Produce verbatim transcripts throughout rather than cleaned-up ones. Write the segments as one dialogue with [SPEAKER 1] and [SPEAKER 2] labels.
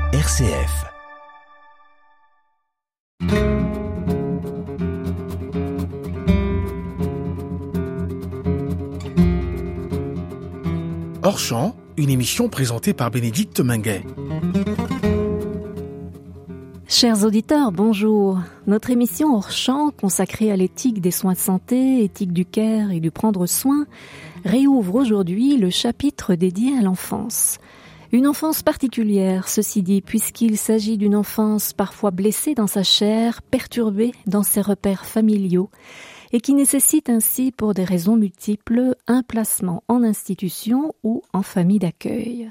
[SPEAKER 1] R C F. Hors champ, une émission présentée par Bénédicte Minguet.
[SPEAKER 2] Chers auditeurs, bonjour. Notre émission Hors champ, consacrée à l'éthique des soins de santé, éthique du care et du prendre soin, réouvre aujourd'hui le chapitre dédié à l'enfance. Une enfance particulière, ceci dit, puisqu'il s'agit d'une enfance parfois blessée dans sa chair, perturbée dans ses repères familiaux, et qui nécessite ainsi, pour des raisons multiples, un placement en institution ou en famille d'accueil.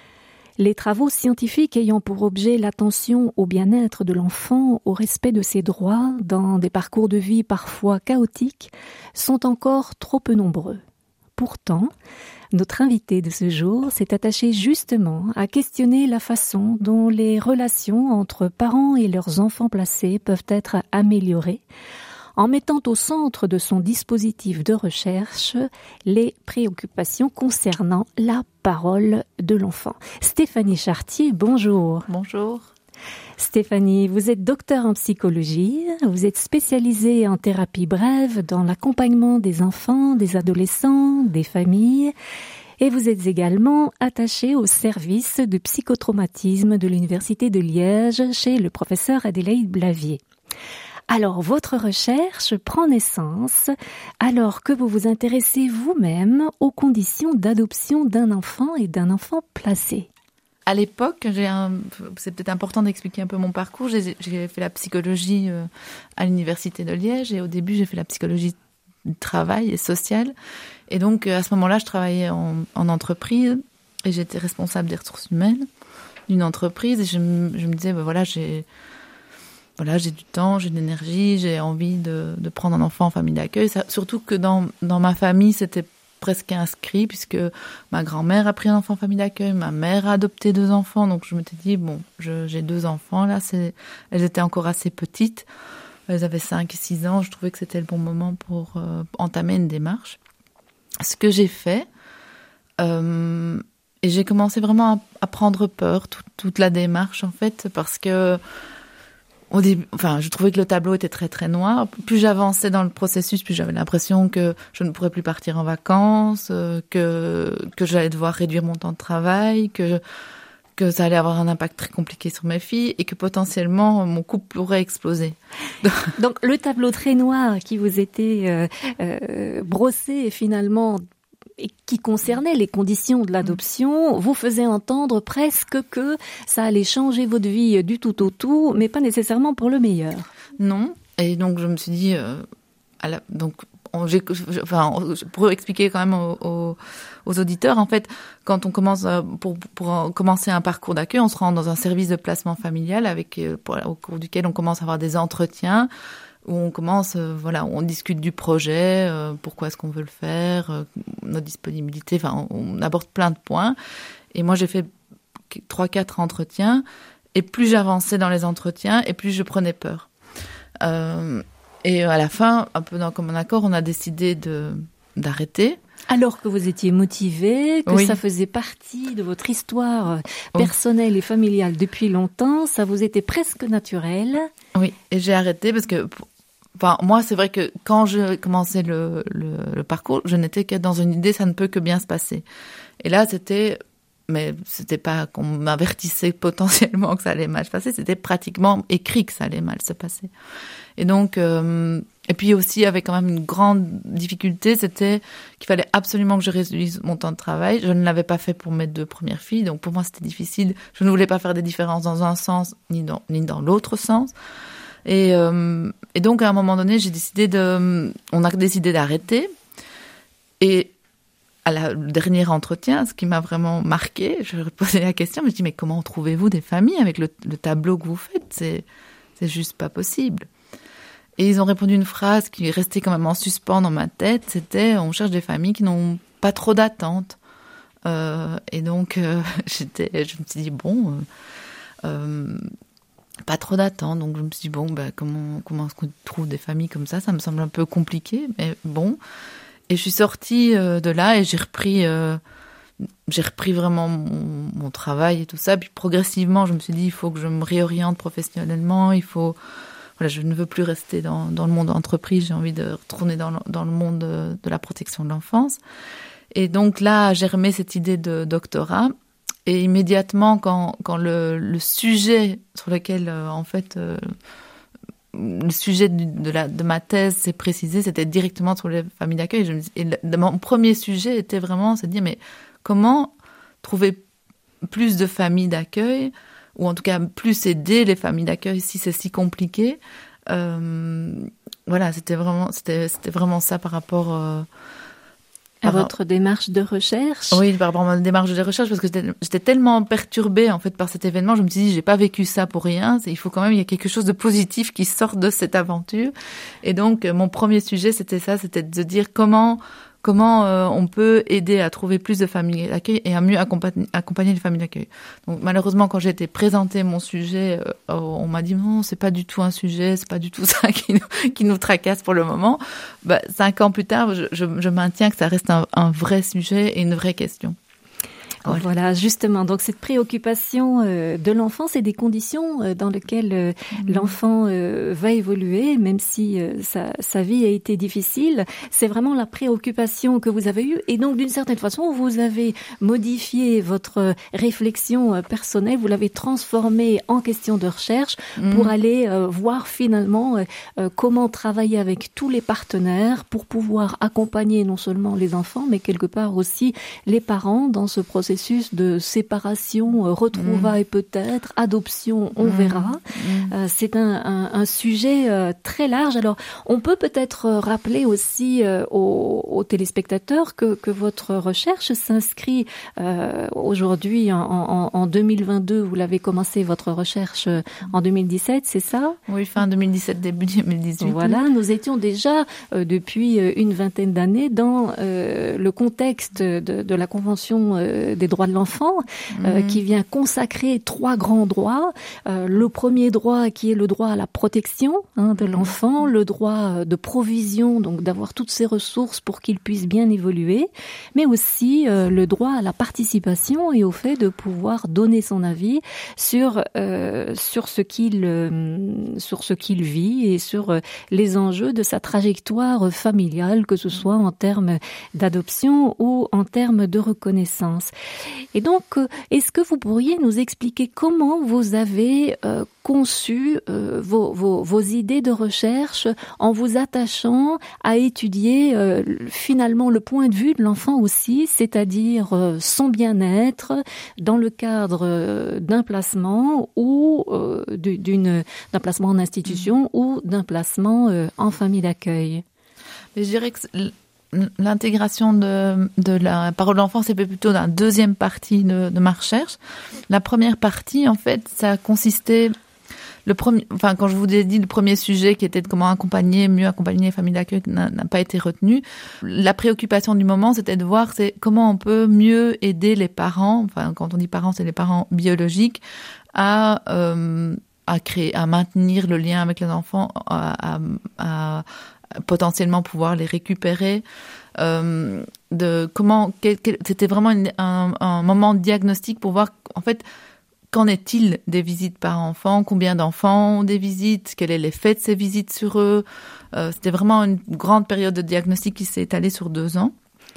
[SPEAKER 2] Les travaux scientifiques ayant pour objet l'attention au bien-être de l'enfant, au respect de ses droits, dans des parcours de vie parfois chaotiques, sont encore trop peu nombreux. Pourtant, notre invité de ce jour s'est attaché justement à questionner la façon dont les relations entre parents et leurs enfants placés peuvent être améliorées, en mettant au centre de son dispositif de recherche les préoccupations concernant la parole de l'enfant. Stéphanie Chartier, bonjour.
[SPEAKER 3] Bonjour.
[SPEAKER 2] Stéphanie, vous êtes docteure en psychologie, vous êtes spécialisée en thérapie brève dans l'accompagnement des enfants, des adolescents, des familles, et vous êtes également attachée au service de psychotraumatisme de l'Université de Liège chez le professeur Adélaïde Blavier. Alors, votre recherche prend naissance alors que vous vous intéressez vous-même aux conditions d'adoption d'un enfant et d'un enfant placé.
[SPEAKER 3] À l'époque, j'ai un, c'est peut-être important d'expliquer un peu mon parcours. J'ai, j'ai fait la psychologie euh, à l'Université de Liège et au début, j'ai fait la psychologie du travail et sociale. Et donc, à ce moment-là, je travaillais en, en entreprise et j'étais responsable des ressources humaines d'une entreprise. Et je, me, je me disais, ben voilà, j'ai... Voilà, j'ai du temps, j'ai de l'énergie, j'ai envie de, de prendre un enfant en famille d'accueil. Ça, surtout que dans, dans ma famille, c'était presque inscrit puisque ma grand-mère a pris un enfant en famille d'accueil, ma mère a adopté deux enfants. Donc je m'étais dit, bon, je, j'ai deux enfants là, c'est, elles étaient encore assez petites. Elles avaient cinq et six ans. Je trouvais que c'était le bon moment pour euh, entamer une démarche. Ce que j'ai fait, euh, et j'ai commencé vraiment à, à prendre peur, tout, toute la démarche en fait, parce que Au début, enfin, je trouvais que le tableau était très très noir. Plus j'avançais dans le processus, plus j'avais l'impression que je ne pourrais plus partir en vacances, euh, que que j'allais devoir réduire mon temps de travail, que que ça allait avoir un impact très compliqué sur mes filles et que potentiellement mon couple pourrait exploser.
[SPEAKER 2] Donc le tableau très noir qui vous était euh, euh, brossé et finalement et qui concernait les conditions de l'adoption, vous faisait entendre presque que ça allait changer votre vie du tout au tout, mais pas nécessairement pour le meilleur.
[SPEAKER 3] Non. Et donc, je me suis dit... Euh, à la, donc, on, j'ai, enfin, pour expliquer quand même aux, aux, aux auditeurs, en fait, quand on commence... Pour, pour commencer un parcours d'accueil, on se rend dans un service de placement familial avec, pour, au cours duquel on commence à avoir des entretiens, où on commence, euh, voilà, on discute du projet, euh, pourquoi est-ce qu'on veut le faire, euh, notre disponibilité, enfin, on, on aborde plein de points. Et moi, j'ai fait trois, quatre entretiens, et plus j'avançais dans les entretiens, et plus je prenais peur. Euh, et à la fin, un peu dans commun accord, on a décidé de, d'arrêter.
[SPEAKER 2] Alors que vous étiez motivée, que
[SPEAKER 3] oui.
[SPEAKER 2] ça faisait partie de votre histoire personnelle et familiale depuis longtemps, ça vous était presque naturel.
[SPEAKER 3] Oui, et j'ai arrêté parce que, enfin, moi, c'est vrai que quand je commençais le, le, le parcours, je n'étais que dans une idée, ça ne peut que bien se passer. Et là, c'était, mais c'était pas qu'on m'avertissait potentiellement que ça allait mal se passer, c'était pratiquement écrit que ça allait mal se passer. Et donc, euh, et puis aussi, avec quand même une grande difficulté, c'était qu'il fallait absolument que je réduise mon temps de travail. Je ne l'avais pas fait pour mes deux premières filles, donc pour moi, c'était difficile. Je ne voulais pas faire des différences dans un sens, ni dans, ni dans l'autre sens. Et, euh, et donc, à un moment donné, j'ai décidé de, on a décidé d'arrêter. Et à la, le dernier entretien, ce qui m'a vraiment marqué, je leur ai posé la question, je me dis, mais comment trouvez-vous des familles avec le, le tableau que vous faites? C'est, c'est juste pas possible. Et ils ont répondu une phrase qui est restée quand même en suspens dans ma tête, c'était « on cherche des familles qui n'ont pas trop d'attentes euh, ». Et donc, euh, j'étais, je me suis dit « bon, euh, euh, pas trop d'attentes ». Donc, je me suis dit « bon, bah, comment, comment est-ce qu'on trouve des familles comme ça ?» Ça me semble un peu compliqué, mais bon. Et je suis sortie euh, de là et j'ai repris euh, j'ai repris vraiment mon, mon travail et tout ça. Puis progressivement, je me suis dit, il faut que je me réoriente professionnellement. Il faut, voilà, je ne veux plus rester dans, dans le monde entreprise. J'ai envie de retourner dans le, dans le monde de, de la protection de l'enfance. Et donc là, a germé cette idée de doctorat. Et immédiatement, quand, quand le, le sujet sur lequel, euh, en fait, euh, le sujet de, de, la, de ma thèse s'est précisé, c'était directement sur les familles d'accueil. Je me, et le, mon premier sujet était vraiment se dire, mais comment trouver plus de familles d'accueil, ou en tout cas plus aider les familles d'accueil si c'est si compliqué. Euh, voilà, c'était vraiment, c'était, c'était vraiment ça par rapport... Euh,
[SPEAKER 2] À votre démarche de recherche?
[SPEAKER 3] Oui, par rapport à ma démarche de recherche, parce que j'étais, j'étais tellement perturbée en fait par cet événement, je me suis dit, j'ai pas vécu ça pour rien. C'est, il faut quand même, il y a quelque chose de positif qui sort de cette aventure. Et donc, mon premier sujet, c'était ça, c'était de dire comment comment euh, on peut aider à trouver plus de familles d'accueil et à mieux accompagner, accompagner les familles d'accueil. Donc malheureusement, quand j'ai été présenter mon sujet, euh, on m'a dit non, c'est pas du tout un sujet, c'est pas du tout ça qui nous, qui nous tracasse pour le moment. Bah, cinq ans plus tard, je, je, je maintiens que ça reste un, un vrai sujet et une vraie question.
[SPEAKER 2] Voilà. voilà, justement. Donc, cette préoccupation euh, de l'enfance et des conditions euh, dans lesquelles euh, mmh. l'enfant euh, va évoluer, même si euh, sa, sa vie a été difficile, c'est vraiment la préoccupation que vous avez eue. Et donc, d'une certaine façon, vous avez modifié votre réflexion euh, personnelle, vous l'avez transformée en question de recherche mmh. pour aller euh, voir finalement euh, euh, comment travailler avec tous les partenaires pour pouvoir accompagner non seulement les enfants, mais quelque part aussi les parents dans ce processus de séparation, retrouvailles mmh. peut-être, adoption, on mmh. verra. Mmh. Euh, c'est un, un, un sujet euh, très large. Alors, on peut peut-être rappeler aussi euh, aux, aux téléspectateurs que, que votre recherche s'inscrit euh, aujourd'hui en, en, en deux mille vingt-deux. Vous l'avez commencé, votre recherche, en deux mille dix-sept, c'est ça?
[SPEAKER 3] Oui, fin deux mille dix-sept, début deux mille dix-huit.
[SPEAKER 2] Voilà, nous étions déjà euh, depuis une vingtaine d'années dans euh, le contexte de, de la Convention euh, des droits de l'enfant, euh, mmh. qui vient consacrer trois grands droits. Euh, le premier droit qui est le droit à la protection hein, de l'enfant, mmh. le droit de provision, donc d'avoir toutes ses ressources pour qu'il puisse bien évoluer, mais aussi euh, le droit à la participation et au fait de pouvoir donner son avis sur euh, sur ce qu'il euh, sur ce qu'il vit et sur euh, les enjeux de sa trajectoire familiale, que ce soit en termes d'adoption ou en termes de reconnaissance. Et donc, est-ce que vous pourriez nous expliquer comment vous avez euh, conçu euh, vos, vos, vos idées de recherche en vous attachant à étudier euh, finalement le point de vue de l'enfant aussi, c'est-à-dire euh, son bien-être dans le cadre euh, d'un placement ou euh, d'une, d'un placement en institution mmh. ou d'un placement euh, en famille d'accueil?
[SPEAKER 3] Mais je dirais que l'intégration de, de la parole de l'enfant, c'est plutôt dans la deuxième partie de, de ma recherche. La première partie, en fait, ça consistait... Le premier, enfin, quand je vous ai dit le premier sujet qui était de comment accompagner, mieux accompagner les familles d'accueil n'a, n'a pas été retenu. La préoccupation du moment, c'était de voir c'est comment on peut mieux aider les parents, enfin, quand on dit parents, c'est les parents biologiques, à... Euh, à créer, à maintenir le lien avec les enfants, à, à, à potentiellement pouvoir les récupérer. Euh, de comment, quel, quel, c'était vraiment une, un, un moment de diagnostic pour voir, en fait, qu'en est-il des visites par enfant, combien d'enfants ont des visites, quel est l'effet de ces visites sur eux. Euh, c'était vraiment une grande période de diagnostic qui s'est étalée sur deux ans.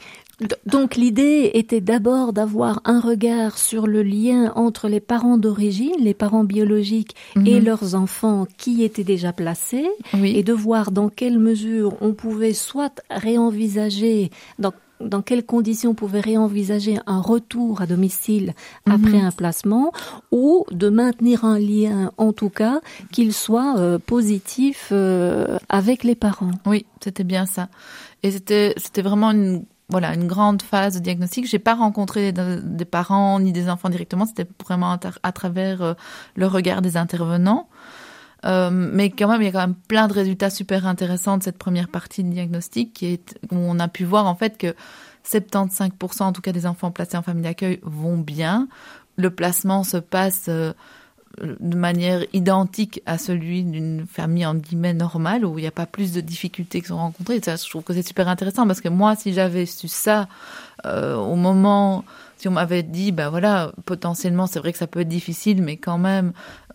[SPEAKER 2] Donc l'idée était d'abord d'avoir un regard sur le lien entre les parents d'origine, les parents biologiques mmh. et leurs enfants qui étaient déjà placés, oui. et de voir dans quelle mesure on pouvait soit réenvisager, dans dans quelles conditions on pouvait réenvisager un retour à domicile après mmh. un placement, ou de maintenir un lien, en tout cas, qu'il soit euh, positif euh, avec les parents.
[SPEAKER 3] Oui, c'était bien ça. Et c'était c'était vraiment une Voilà, une grande phase de diagnostic. J'ai pas rencontré des, des parents ni des enfants directement. C'était vraiment à, à travers euh, le regard des intervenants. Euh, mais quand même, il y a quand même plein de résultats super intéressants de cette première partie de diagnostic qui est, où on a pu voir en fait que soixante-quinze pour cent en tout cas des enfants placés en famille d'accueil vont bien. Le placement se passe euh, de manière identique à celui d'une famille en guillemets normale où il n'y a pas plus de difficultés qui sont rencontrées. Ça, je trouve que c'est super intéressant parce que moi, si j'avais su ça euh, au moment, si on m'avait dit, ben voilà, potentiellement, c'est vrai que ça peut être difficile, mais quand même,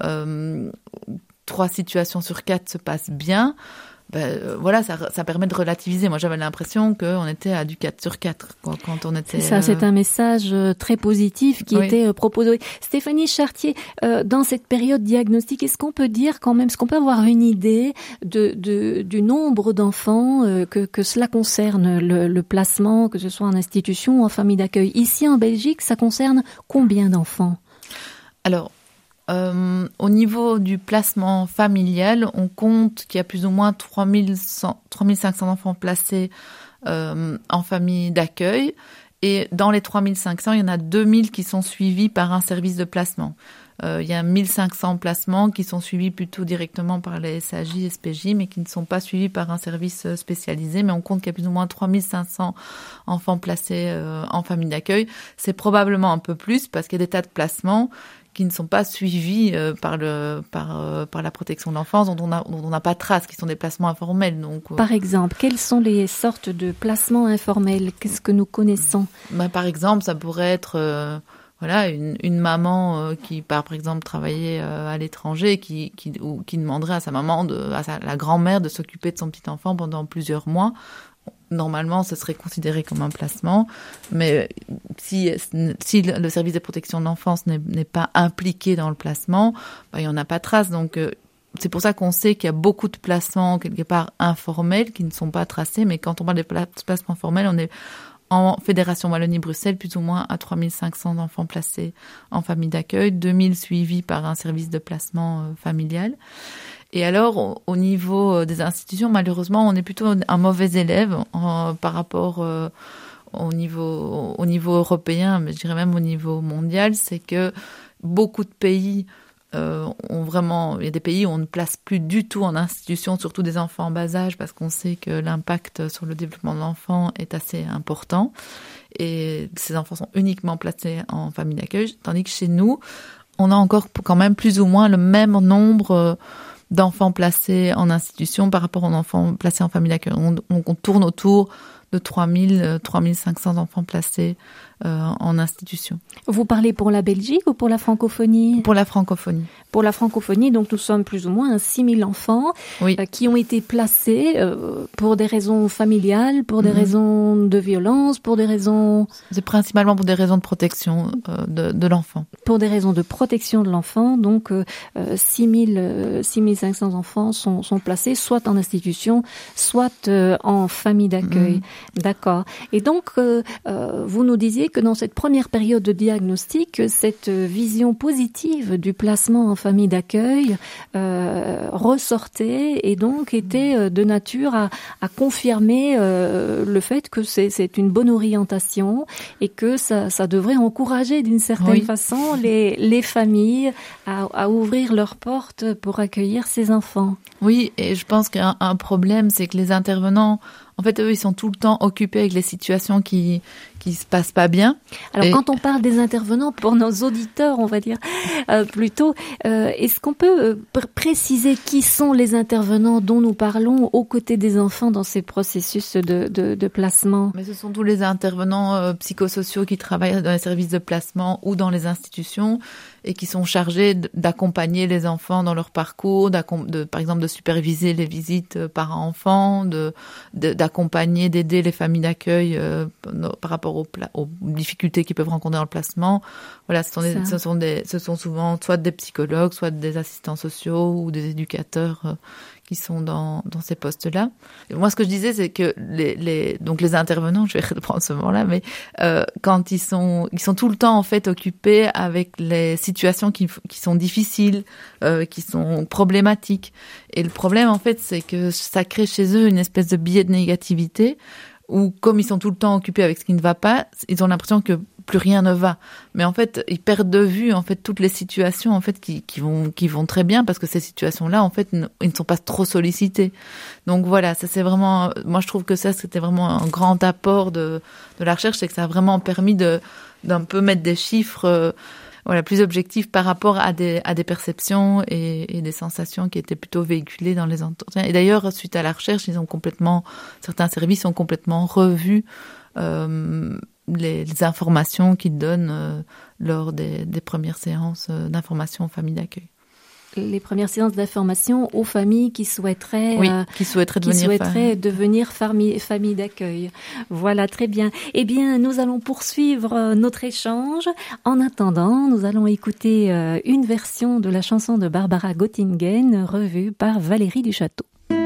[SPEAKER 3] euh, trois situations sur quatre se passent bien, ben euh, voilà, ça, ça permet de relativiser. Moi, j'avais l'impression qu'on était à du quatre sur quatre, quoi, quand on était...
[SPEAKER 2] C'est ça, euh... c'est un message très positif qui oui. était euh, proposé. Stéphanie Chartier, euh, dans cette période diagnostique, est-ce qu'on peut dire quand même, est-ce qu'on peut avoir une idée de, de du nombre d'enfants euh, que, que cela concerne, le, le placement, que ce soit en institution ou en famille d'accueil? Ici, en Belgique, ça concerne combien d'enfants?
[SPEAKER 3] Alors, Euh, au niveau du placement familial, on compte qu'il y a plus ou moins trois mille cinq cents enfants placés euh, en famille d'accueil. Et dans les trois mille cinq cents, il y en a deux mille qui sont suivis par un service de placement. Euh, il y a mille cinq cents placements qui sont suivis plutôt directement par les S A J, S P J, mais qui ne sont pas suivis par un service spécialisé. Mais on compte qu'il y a plus ou moins trois mille cinq cents enfants placés euh, en famille d'accueil. C'est probablement un peu plus parce qu'il y a des tas de placements qui ne sont pas suivis euh, par le par euh, par la protection de l'enfance, dont on a dont on n'a pas trace, qui sont des placements informels. Donc euh...
[SPEAKER 2] par exemple, quelles sont les sortes de placements informels? Qu'est-ce que nous connaissons?
[SPEAKER 3] Bah, par exemple, ça pourrait être euh, voilà une une maman euh, qui part par exemple travailler euh, à l'étranger, qui qui ou qui demanderait à sa maman de à sa, la grand-mère de s'occuper de son petit enfant pendant plusieurs mois. Normalement, ce serait considéré comme un placement, mais si, si le service de protection de l'enfance n'est, n'est pas impliqué dans le placement, bah, il n'y en a pas trace. Donc, euh, c'est pour ça qu'on sait qu'il y a beaucoup de placements, quelque part, informels, qui ne sont pas tracés. Mais quand on parle des placements formels, on est en Fédération Wallonie-Bruxelles, plus ou moins à trois mille cinq cents enfants placés en famille d'accueil, deux mille suivis par un service de placement euh, familial. Et alors, au niveau des institutions, malheureusement, on est plutôt un mauvais élève en, par rapport euh, au niveau au niveau européen, mais je dirais même au niveau mondial. C'est que beaucoup de pays euh, ont vraiment, il y a des pays où on ne place plus du tout en institution, surtout des enfants en bas âge, parce qu'on sait que l'impact sur le développement de l'enfant est assez important. Et ces enfants sont uniquement placés en famille d'accueil, tandis que chez nous, on a encore quand même plus ou moins le même nombre euh, d'enfants placés en institution par rapport aux enfants placés en famille d'accueil. On, on, on tourne autour de trois mille, trois mille cinq cents enfants placés euh, en institution.
[SPEAKER 2] Vous parlez pour la Belgique ou pour la francophonie?
[SPEAKER 3] Pour la francophonie.
[SPEAKER 2] Pour la francophonie, donc nous sommes plus ou moins à six mille enfants oui. euh, qui ont été placés euh, pour des raisons familiales, pour des mmh. raisons de violence, pour des raisons...
[SPEAKER 3] C'est principalement pour des raisons de protection euh, de, de l'enfant.
[SPEAKER 2] Pour des raisons de protection de l'enfant, donc euh, six mille, six mille cinq cents enfants sont, sont placés soit en institution, soit euh, en famille d'accueil. Mmh. D'accord. Et donc, euh, euh, vous nous disiez que dans cette première période de diagnostic, cette vision positive du placement en famille d'accueil euh, ressortait et donc était de nature à, à confirmer euh, le fait que c'est, c'est une bonne orientation et que ça, ça devrait encourager d'une certaine oui. façon les, les familles à, à ouvrir leurs portes pour accueillir ces enfants.
[SPEAKER 3] Oui, et je pense qu'un un problème, c'est que les intervenants, en fait, eux, ils sont tout le temps occupés avec les situations qui qui se passent pas bien.
[SPEAKER 2] Alors,
[SPEAKER 3] et...
[SPEAKER 2] quand on parle des intervenants, pour nos auditeurs, on va dire euh, plutôt, euh, est-ce qu'on peut euh, pr- préciser qui sont les intervenants dont nous parlons aux côtés des enfants dans ces processus de, de, de placement?
[SPEAKER 3] Mais ce sont tous les intervenants euh, psychosociaux qui travaillent dans les services de placement ou dans les institutions et qui sont chargés d'accompagner les enfants dans leur parcours, de, par exemple de superviser les visites parents-enfants, de, de, d'accompagner, d'aider les familles d'accueil euh, par rapport aux, aux difficultés qu'ils peuvent rencontrer dans le placement. Voilà, ce sont, des, ce sont, des, ce sont souvent soit des psychologues, soit des assistants sociaux ou des éducateurs euh, qui sont dans, dans ces postes-là. Et moi, ce que je disais, c'est que les, les, donc les intervenants, je vais reprendre ce moment-là, mais euh, quand ils sont, ils sont tout le temps en fait occupés avec les situations qui, qui sont difficiles, euh, qui sont problématiques. Et le problème, en fait, c'est que ça crée chez eux une espèce de biais de négativité où, comme ils sont tout le temps occupés avec ce qui ne va pas, ils ont l'impression que plus rien ne va. Mais en fait, ils perdent de vue en fait toutes les situations en fait qui, qui vont qui vont très bien parce que ces situations-là en fait ne, ils ne sont pas trop sollicités. Donc voilà, ça c'est vraiment, moi je trouve que ça c'était vraiment un grand apport de de la recherche, c'est que ça a vraiment permis de d'un peu mettre des chiffres euh, voilà plus objectifs par rapport à des à des perceptions et, et des sensations qui étaient plutôt véhiculées dans les entretiens. Et d'ailleurs, suite à la recherche, ils ont complètement certains services ont complètement revu euh, les, les informations qu'ils donnent euh, lors des, des premières séances euh, d'information aux familles d'accueil.
[SPEAKER 2] Les premières séances d'information aux familles qui souhaiteraient,
[SPEAKER 3] oui,
[SPEAKER 2] euh,
[SPEAKER 3] qui souhaiteraient,
[SPEAKER 2] qui
[SPEAKER 3] devenir,
[SPEAKER 2] souhaiteraient
[SPEAKER 3] fa...
[SPEAKER 2] devenir famille, famille d'accueil. Voilà, très bien. Eh bien, nous allons poursuivre euh, notre échange. En attendant, nous allons écouter euh, une version de la chanson de Barbara Göttingen, revue par Valérie Duchâteau.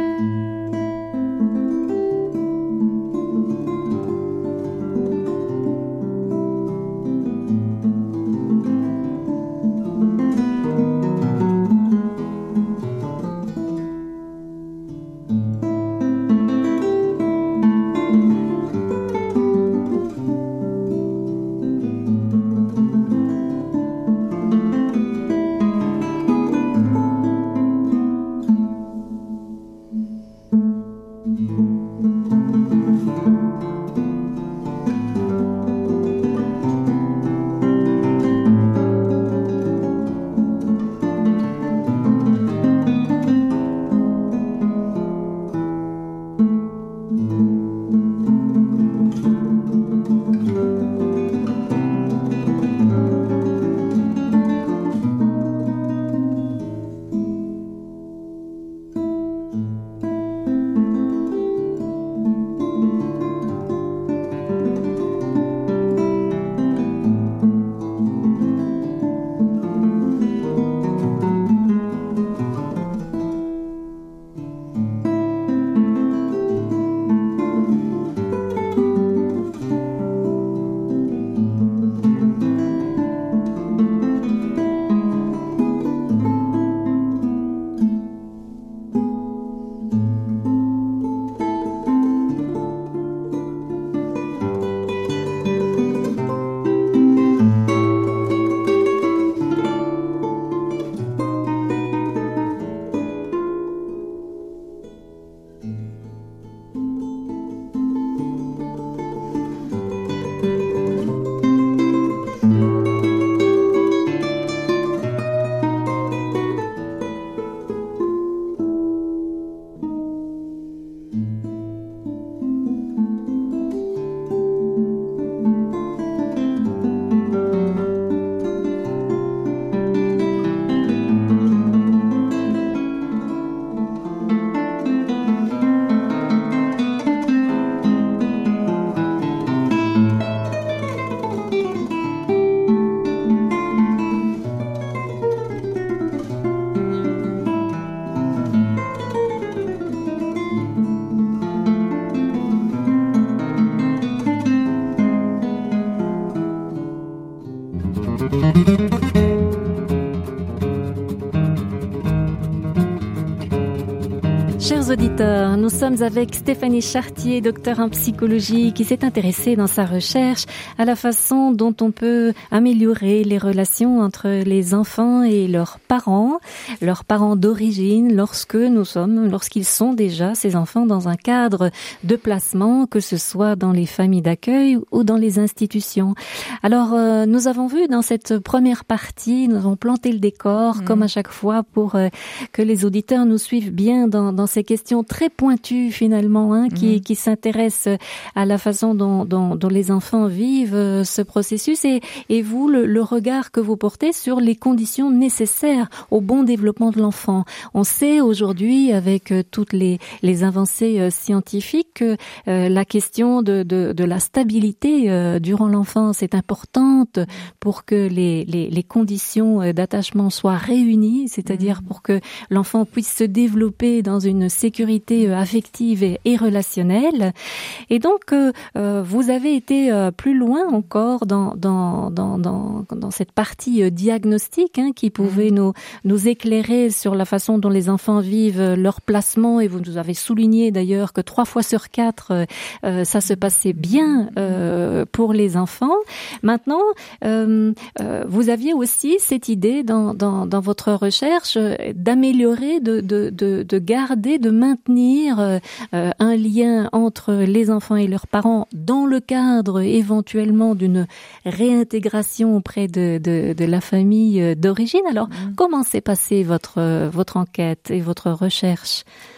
[SPEAKER 2] Chers auditeurs, nous sommes avec Stéphanie Chartier, docteure en psychologie, qui s'est intéressée dans sa recherche à la façon dont on peut améliorer les relations entre les enfants et leurs parents, leurs parents d'origine, lorsque nous sommes, lorsqu'ils sont déjà, ces enfants, dans un cadre de placement, que ce soit dans les familles d'accueil ou dans les institutions. Alors, euh, nous avons vu dans cette première partie, nous avons planté le décor, mmh. comme à chaque fois, pour euh, que les auditeurs nous suivent bien dans, dans ces questions très pointues finalement, hein, qui, mmh. qui s'intéressent à la façon dont, dont, dont les enfants vivent euh, ce processus et, et vous, le, le regard que vous portez sur les conditions nécessaires au bon développement de l'enfant. On sait aujourd'hui, avec euh, toutes les, les avancées euh, scientifiques, que euh, la question de, de, de la stabilité euh, durant l'enfance est importante pour que les, les, les conditions d'attachement soient réunies, c'est-à-dire mmh. pour que l'enfant puisse se développer dans une sécurité affective et, et relationnelle. Et donc, euh, vous avez été euh, plus loin encore dans, dans, dans, dans, dans cette partie euh, diagnostique hein, qui pouvait mmh. nous, nous éclairer sur la façon dont les enfants vivent leur placement. Et vous nous avez souligné d'ailleurs que trois fois sur quatre, euh, ça se passait bien euh, pour les enfants. Maintenant, euh, euh, vous aviez aussi cette idée dans, dans, dans votre recherche d'améliorer, de, de, de, de garder, de maintenir euh, un lien entre les enfants et leurs parents dans le cadre éventuellement d'une réintégration auprès de, de, de la famille d'origine. Alors, mmh. comment s'est passée votre, votre enquête et votre recherche ?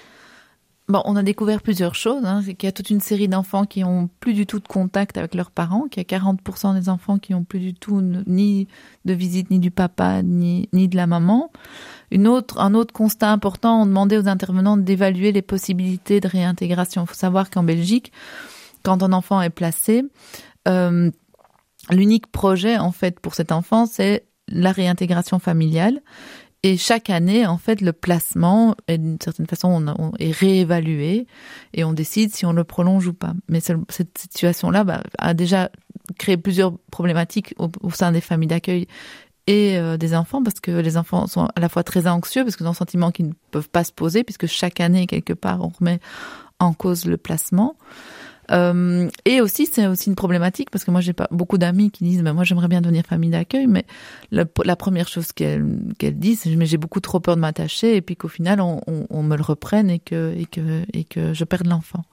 [SPEAKER 3] bon, on a découvert plusieurs choses. Hein. C'est qu'il y a toute une série d'enfants qui ont plus du tout de contact avec leurs parents, qu'il y a quarante pour cent des enfants qui ont plus du tout ni de visite ni du papa ni ni de la maman. Une autre, un autre constat important, on demandait aux intervenants d'évaluer les possibilités de réintégration. Il faut savoir qu'en Belgique, quand un enfant est placé, euh, l'unique projet en fait pour cet enfant, c'est la réintégration familiale. Et chaque année, en fait, le placement, est, d'une certaine façon, on, on est réévalué et on décide si on le prolonge ou pas. Mais cette situation-là bah, a déjà créé plusieurs problématiques au, au sein des familles d'accueil et euh, des enfants, parce que les enfants sont à la fois très anxieux, parce qu'ils ont un sentiment qu'ils ne peuvent pas se poser, puisque chaque année, quelque part, on remet en cause le placement. Euh, et aussi, c'est aussi une problématique, parce que moi, j'ai pas beaucoup d'amis qui disent, ben, moi, j'aimerais bien devenir famille d'accueil, mais la, la première chose qu'elles, qu'elles disent, c'est, mais j'ai beaucoup trop peur de m'attacher, et puis qu'au final, on, on, on me le reprenne et que, et que, et que je perde l'enfant.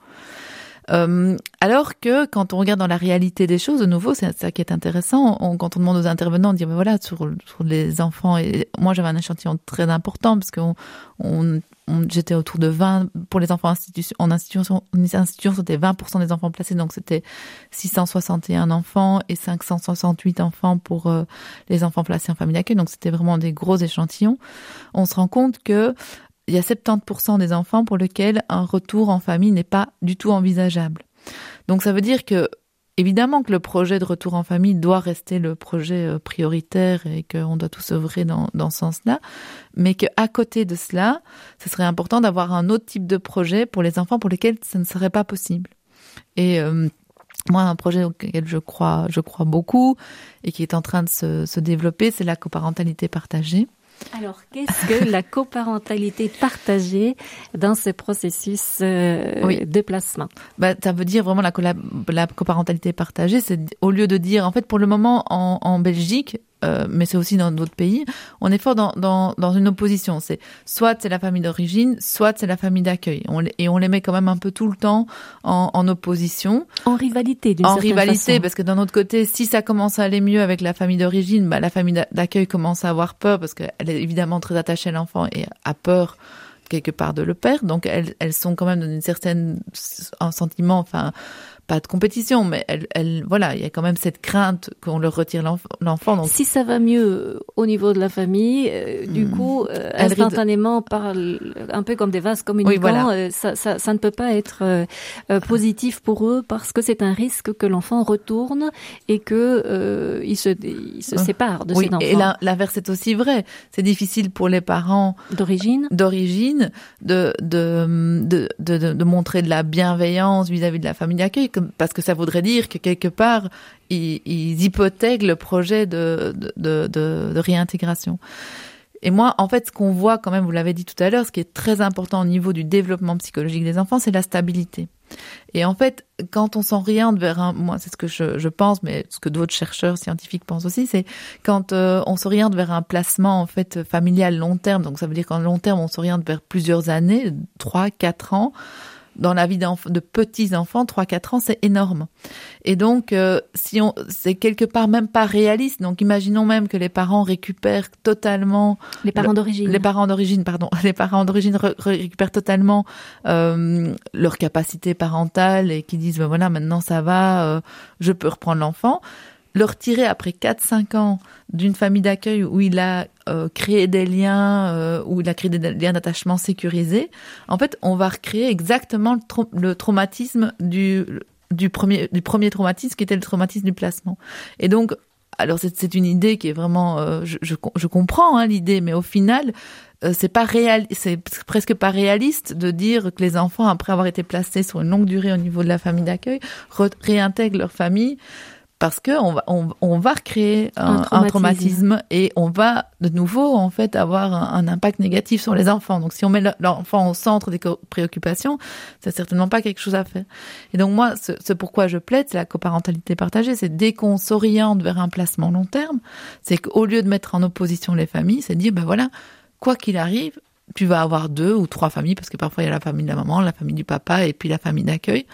[SPEAKER 3] Euh, alors que quand on regarde dans la réalité des choses, de nouveau, c'est ça qui est intéressant. On, quand on demande aux intervenants de dire, ben voilà, sur, sur les enfants, et moi j'avais un échantillon très important parce que on, on, on, j'étais autour de vingt pour les enfants institution, en institution. En institution, c'était vingt pour cent des enfants placés, donc c'était six cent soixante et un enfants et cinq cent soixante-huit enfants pour euh, les enfants placés en famille d'accueil. Donc c'était vraiment des gros échantillons. On se rend compte que il y a soixante-dix pour cent des enfants pour lesquels un retour en famille n'est pas du tout envisageable. Donc ça veut dire que, évidemment que le projet de retour en famille doit rester le projet prioritaire et qu'on doit tous œuvrer dans, dans ce sens-là, mais qu'à côté de cela, ce serait important d'avoir un autre type de projet pour les enfants pour lesquels ça ne serait pas possible. Et euh, moi, un projet auquel je crois, je crois beaucoup et qui est en train de se, se développer, c'est la coparentalité partagée.
[SPEAKER 2] Alors, qu'est-ce que la coparentalité partagée dans ce processus euh,
[SPEAKER 3] oui.
[SPEAKER 2] de placement?
[SPEAKER 3] Bah, ça veut dire vraiment la, la coparentalité partagée, c'est au lieu de dire, en fait, pour le moment, en, en Belgique, euh, mais c'est aussi dans d'autres pays, on est fort dans, dans, dans une opposition. C'est soit c'est la famille d'origine, soit c'est la famille d'accueil. On, et on les met quand même un peu tout le temps en, en opposition.
[SPEAKER 2] En rivalité, d'une
[SPEAKER 3] En
[SPEAKER 2] certaine
[SPEAKER 3] rivalité,
[SPEAKER 2] façon.
[SPEAKER 3] Parce que d'un autre côté, si ça commence à aller mieux avec la famille d'origine, bah, la famille d'accueil commence à avoir peur parce qu'elle est évidemment très attachée à l'enfant et a peur quelque part de le perdre. Donc elles, elles sont quand même dans une certaine, un sentiment, enfin, pas de compétition, mais elle, elle, voilà, il y a quand même cette crainte qu'on leur retire l'enfant. l'enfant donc...
[SPEAKER 2] Si ça va mieux au niveau de la famille, euh, du mmh. coup, euh, instantanément, par un peu comme des vases communicants, oui, voilà. euh, ça, ça, ça ne peut pas être euh, positif pour eux parce que c'est un risque que l'enfant retourne et que euh, il se, il se sépare de
[SPEAKER 3] oui,
[SPEAKER 2] cet enfant.
[SPEAKER 3] Et la, l'inverse est aussi vrai. C'est difficile pour les parents
[SPEAKER 2] d'origine,
[SPEAKER 3] d'origine, de de de de, de, de montrer de la bienveillance vis-à-vis de la famille d'accueil. Parce que ça voudrait dire que quelque part, ils, ils hypothèquent le projet de, de, de, de, de réintégration. Et moi, en fait, ce qu'on voit quand même, vous l'avez dit tout à l'heure, ce qui est très important au niveau du développement psychologique des enfants, c'est la stabilité. Et en fait, quand on s'oriente vers un, moi, c'est ce que je, je pense, mais ce que d'autres chercheurs scientifiques pensent aussi, c'est quand euh, on s'oriente vers un placement en fait familial long terme. Donc ça veut dire qu'en long terme, on s'oriente vers plusieurs années, trois, quatre ans. Dans la vie de petits enfants, trois quatre ans, c'est énorme. Et donc, euh, si on, c'est quelque part même pas réaliste. Donc, imaginons même que les parents récupèrent totalement
[SPEAKER 2] les parents d'origine.
[SPEAKER 3] Les parents d'origine, pardon, les parents d'origine re- récupèrent totalement euh, leur capacité parentale et qui disent ben voilà, maintenant ça va, euh, je peux reprendre l'enfant. Leur tirer après quatre cinq ans d'une famille d'accueil où il a euh, créé des liens, euh, où il a créé des liens d'attachement sécurisés, en fait, on va recréer exactement le, tra- le traumatisme du, du, premier, du premier traumatisme qui était le traumatisme du placement. Et donc, alors c'est, c'est une idée qui est vraiment, euh, je, je, je comprends hein, l'idée, mais au final, euh, c'est pas réel, c'est presque pas réaliste de dire que les enfants, après avoir été placés sur une longue durée au niveau de la famille d'accueil, re- réintègrent leur famille. Parce que on va on, on va recréer un, un, traumatisme. un traumatisme et on va de nouveau en fait avoir un, un impact négatif sur les enfants. Donc si on met l'enfant au centre des préoccupations, c'est certainement pas quelque chose à faire. Et donc moi, ce, ce pourquoi je plaide, c'est la coparentalité partagée. C'est dès qu'on s'oriente vers un placement long terme, c'est qu'au lieu de mettre en opposition les familles, c'est de dire ben voilà, quoi qu'il arrive, tu vas avoir deux ou trois familles parce que parfois il y a la famille de la maman, la famille du papa et puis la famille d'accueil,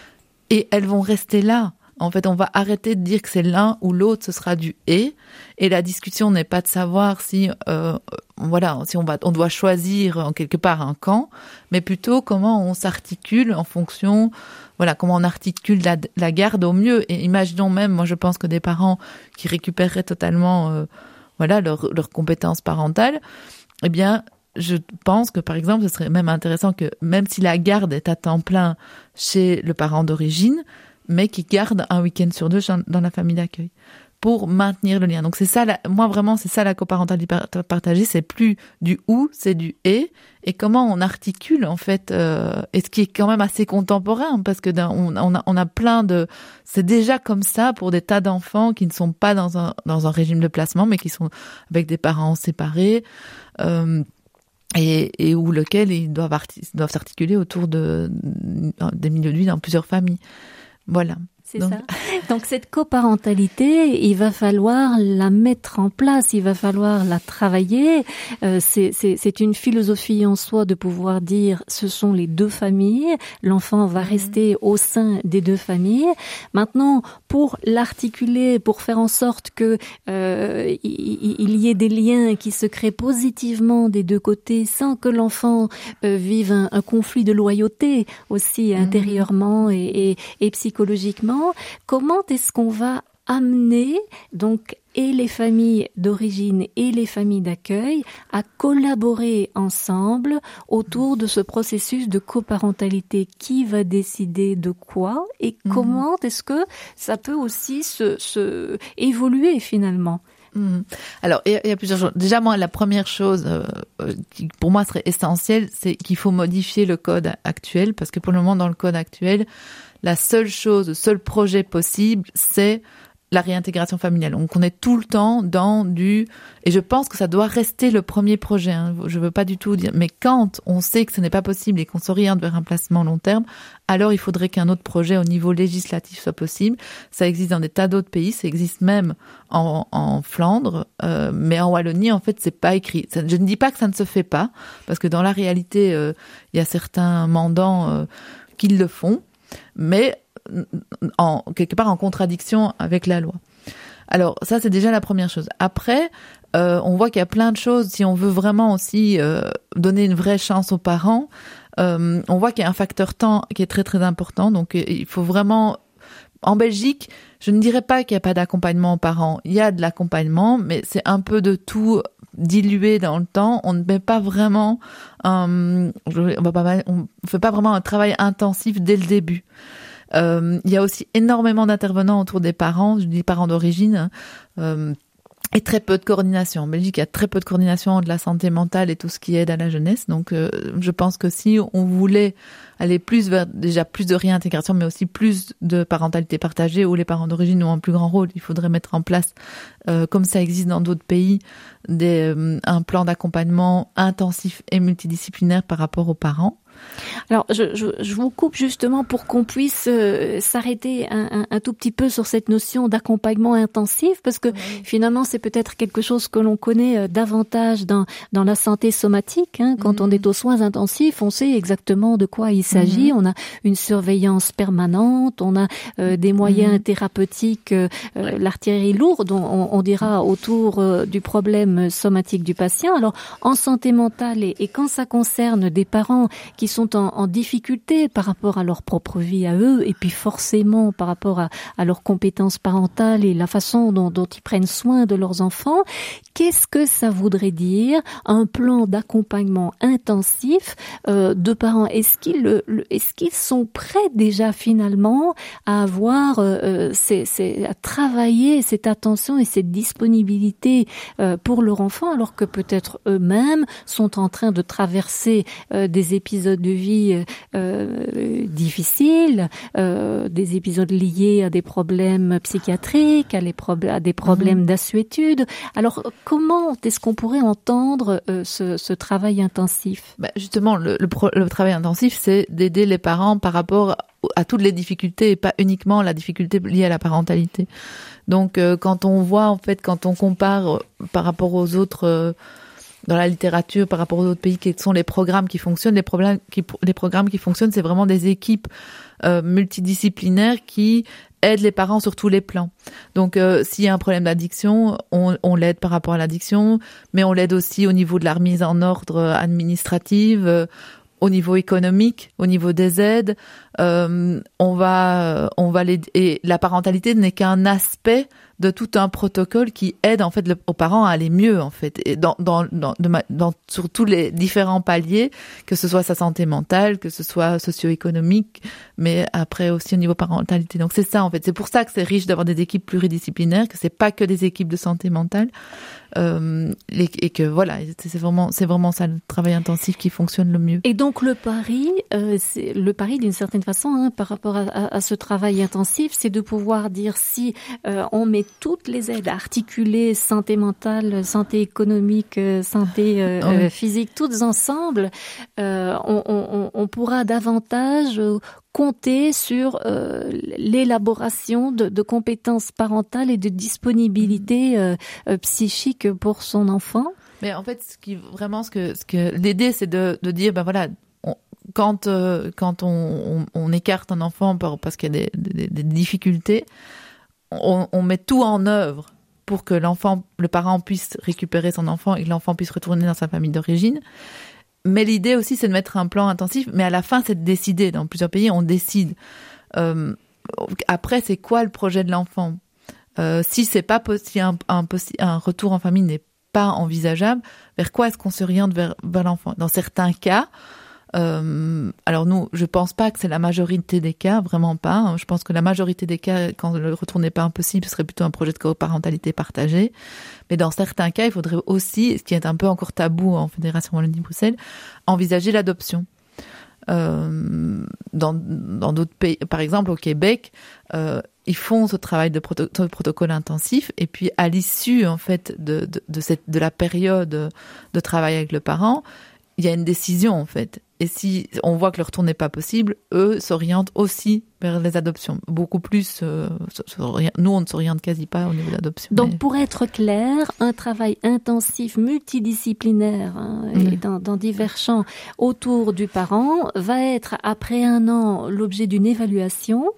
[SPEAKER 3] et elles vont rester là. En fait, on va arrêter de dire que c'est l'un ou l'autre, ce sera du « et ». Et la discussion n'est pas de savoir si, euh, voilà, si on va, on doit choisir en quelque part un camp, mais plutôt comment on s'articule en fonction, voilà, comment on articule la, la garde au mieux. Et imaginons même, moi je pense que des parents qui récupéreraient totalement, euh, voilà, leurs leurs compétences parentales, eh bien, je pense que par exemple, ce serait même intéressant que même si la garde est à temps plein chez le parent d'origine, mais qui garde un week-end sur deux dans la famille d'accueil, pour maintenir le lien. Donc c'est ça, la, moi vraiment, c'est ça la coparentalité partagée, c'est plus du ou, c'est du et, et comment on articule en fait, euh, et ce qui est quand même assez contemporain, parce que on, on, a, on a plein de, c'est déjà comme ça pour des tas d'enfants qui ne sont pas dans un dans un régime de placement, mais qui sont avec des parents séparés, euh, et, et où lequel ils doivent arti- doivent s'articuler autour de des milieux de vie dans plusieurs familles. Voilà.
[SPEAKER 2] C'est Donc. ça. Donc cette coparentalité, il va falloir la mettre en place, il va falloir la travailler. Euh, c'est, c'est, c'est une philosophie en soi de pouvoir dire ce sont les deux familles, l'enfant va rester au sein des deux familles. Maintenant, pour l'articuler, pour faire en sorte que euh, il, il y ait des liens qui se créent positivement des deux côtés, sans que l'enfant euh, vive un, un conflit de loyauté aussi mmh. intérieurement et, et, et psychologiquement. Comment est-ce qu'on va amener donc et les familles d'origine et les familles d'accueil à collaborer ensemble autour de ce processus de coparentalité? Qui va décider de quoi et mmh. comment est-ce que ça peut aussi se, se évoluer finalement?
[SPEAKER 3] Mmh. Alors, il y, y a plusieurs choses. Déjà, moi, la première chose euh, qui, pour moi, serait essentielle, c'est qu'il faut modifier le code actuel, parce que pour le moment, dans le code actuel, la seule chose, le seul projet possible, c'est la réintégration familiale. Donc, on est tout le temps dans du... Et je pense que ça doit rester le premier projet. Hein. Je veux pas du tout dire... Mais quand on sait que ce n'est pas possible et qu'on s'oriente vers un placement long terme, alors il faudrait qu'un autre projet au niveau législatif soit possible. Ça existe dans des tas d'autres pays. Ça existe même en, en Flandre. Euh, mais en Wallonie, en fait, c'est pas écrit. Ça, je ne dis pas que ça ne se fait pas, parce que dans la réalité, euh, il y a certains mandants euh, qui le font, mais en, quelque part en contradiction avec la loi. Alors ça, c'est déjà la première chose. Après, euh, on voit qu'il y a plein de choses. Si on veut vraiment aussi euh, donner une vraie chance aux parents, euh, on voit qu'il y a un facteur temps qui est très très important. Donc il faut vraiment... En Belgique, je ne dirais pas qu'il n'y a pas d'accompagnement aux parents. Il y a de l'accompagnement, mais c'est un peu de tout dilué dans le temps. On ne met pas vraiment... Euh, on va pas, on fait pas vraiment un travail intensif dès le début. Euh, il y a aussi énormément d'intervenants autour des parents, je dis parents d'origine, euh, et très peu de coordination. En Belgique, il y a très peu de coordination de la santé mentale et tout ce qui aide à la jeunesse. Donc, euh, je pense que si on voulait aller plus vers déjà plus de réintégration, mais aussi plus de parentalité partagée, où les parents d'origine ont un plus grand rôle, il faudrait mettre en place, euh, comme ça existe dans d'autres pays, des, euh, un plan d'accompagnement intensif et multidisciplinaire par rapport aux parents.
[SPEAKER 2] Alors, je, je, je vous coupe justement pour qu'on puisse euh, s'arrêter un, un, un tout petit peu sur cette notion d'accompagnement intensif, parce que oui. finalement, c'est peut-être quelque chose que l'on connaît euh, davantage dans dans la santé somatique. Hein. Quand mmh. on est aux soins intensifs, on sait exactement de quoi il s'agit. Mmh. On a une surveillance permanente, on a euh, des moyens mmh. thérapeutiques, euh, ouais. l'artillerie lourde, on, on dira, autour euh, du problème somatique du patient. Alors, en santé mentale, et, et quand ça concerne des parents qui sont en, en difficulté par rapport à leur propre vie à eux, et puis forcément par rapport à, à leurs compétences parentales et la façon dont, dont ils prennent soin de leurs enfants, qu'est-ce que ça voudrait dire un plan d'accompagnement intensif euh, de parents? Est-ce qu'ils, le, le, est-ce qu'ils sont prêts déjà finalement à avoir, euh, ces, ces, à travailler cette attention et cette disponibilité euh, pour leur enfant, alors que peut-être eux-mêmes sont en train de traverser euh, des épisodes de vie euh, difficiles, euh, des épisodes liés à des problèmes psychiatriques, à, les pro- à des problèmes mmh. d'assuétude. Alors, comment est-ce qu'on pourrait entendre euh, ce, ce travail intensif?
[SPEAKER 3] Bah justement, le, le, pro- le travail intensif, c'est d'aider les parents par rapport à toutes les difficultés et pas uniquement la difficulté liée à la parentalité. Donc, euh, quand on voit, en fait, quand on compare euh, par rapport aux autres... Euh, dans la littérature par rapport aux autres pays, quels sont les programmes qui fonctionnent. Les, problèmes qui, les programmes qui fonctionnent, c'est vraiment des équipes euh, multidisciplinaires qui aident les parents sur tous les plans. Donc, euh, s'il y a un problème d'addiction, on, on l'aide par rapport à l'addiction, mais on l'aide aussi au niveau de la remise en ordre administrative, euh, au niveau économique, au niveau des aides. Euh, on va, on va l'aider. Et la parentalité n'est qu'un aspect de tout un protocole qui aide en fait le, aux parents à aller mieux en fait, et dans, dans, dans, de ma, dans sur tous les différents paliers, que ce soit sa santé mentale, que ce soit socio-économique, mais après aussi au niveau parentalité. Donc c'est ça en fait, c'est pour ça que c'est riche d'avoir des équipes pluridisciplinaires, que c'est pas que des équipes de santé mentale, euh, et, et que voilà, c'est vraiment c'est vraiment ça le travail intensif qui fonctionne le mieux.
[SPEAKER 2] Et donc le pari, euh, c'est le pari d'une certaine façon hein, par rapport à, à, à ce travail intensif, c'est de pouvoir dire si euh, on met toutes les aides articulées, santé mentale, santé économique, santé euh, oui. euh, physique, toutes ensemble, euh, on, on, on pourra davantage compter sur euh, l'élaboration de, de compétences parentales et de disponibilité euh, euh, psychique pour son enfant.
[SPEAKER 3] Mais en fait, ce qui vraiment ce que ce que l'idée, c'est de, de dire ben voilà. On, quand euh, quand on, on, on écarte un enfant parce qu'il y a des, des, des difficultés, On, on met tout en œuvre pour que l'enfant, le parent puisse récupérer son enfant et que l'enfant puisse retourner dans sa famille d'origine. Mais l'idée aussi, c'est de mettre un plan intensif. Mais à la fin, c'est de décider. Dans plusieurs pays, on décide. Euh, après, c'est quoi le projet de l'enfant ? euh, Si c'est pas possible, un, un, un retour en famille n'est pas envisageable, vers quoi est-ce qu'on s'oriente vers, vers l'enfant ? Dans certains cas, Euh, alors nous, je pense pas que c'est la majorité des cas, vraiment pas. Je pense que la majorité des cas, quand le retour n'est pas impossible, ce serait plutôt un projet de coparentalité partagée. Mais dans certains cas, il faudrait aussi, ce qui est un peu encore tabou en Fédération Wallonie-Bruxelles, envisager l'adoption. Euh, dans dans d'autres pays, par exemple au Québec, euh, ils font ce travail de, proto- de protocole intensif, et puis à l'issue en fait de de, de cette de la période de travail avec le parent, il y a une décision en fait. Et si on voit que le retour n'est pas possible, eux s'orientent aussi vers les adoptions. Beaucoup plus, euh, nous on ne s'oriente quasi pas au niveau de l'adoption.
[SPEAKER 2] Donc
[SPEAKER 3] mais...
[SPEAKER 2] pour être clair, un travail intensif, multidisciplinaire hein, mmh. et dans, dans divers champs autour du parent va être après un an l'objet d'une évaluation.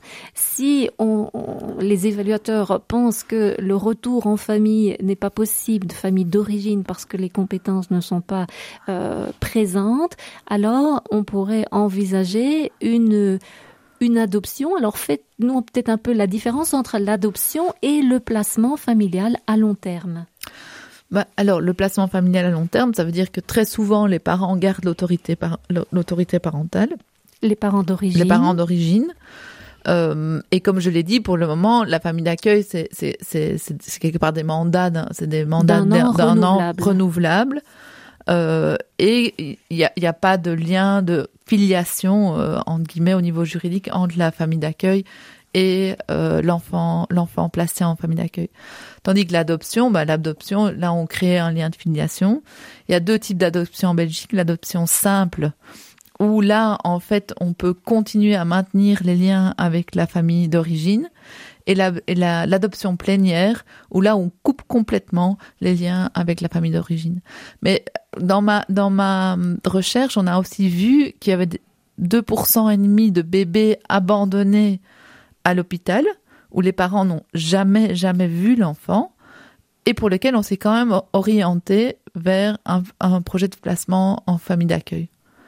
[SPEAKER 2] Si on, on, les évaluateurs pensent que le retour en famille n'est pas possible, de famille d'origine parce que les compétences ne sont pas euh, présentes, alors on pourrait envisager une une adoption. Alors faites-nous peut-être un peu la différence entre l'adoption et le placement familial à long terme.
[SPEAKER 3] Bah, alors le placement familial à long terme, ça veut dire que très souvent les parents gardent l'autorité par, l'autorité parentale.
[SPEAKER 2] Les parents d'origine.
[SPEAKER 3] Les parents d'origine. Euh, et comme je l'ai dit, pour le moment, la famille d'accueil, c'est c'est c'est c'est, c'est quelque part des mandats, d'un, c'est des mandats
[SPEAKER 2] d'un an,
[SPEAKER 3] d'un
[SPEAKER 2] renouvelable.
[SPEAKER 3] an renouvelables. Euh, et il y a, y a pas de lien de filiation euh, entre guillemets au niveau juridique entre la famille d'accueil et euh, l'enfant l'enfant placé en famille d'accueil. Tandis que l'adoption, bah l'adoption, là on crée un lien de filiation. Il y a deux types d'adoption en Belgique, l'adoption simple où là en fait on peut continuer à maintenir les liens avec la famille d'origine. Et, la, et la, l'adoption plénière, où là, on coupe complètement les liens avec la famille d'origine. Mais dans ma, dans ma recherche, on a aussi vu qu'il y avait deux pour cent et demi de bébés abandonnés à l'hôpital, où les parents n'ont jamais, jamais vu l'enfant, et pour lesquels on s'est quand même orienté vers un, un projet de placement en famille d'accueil.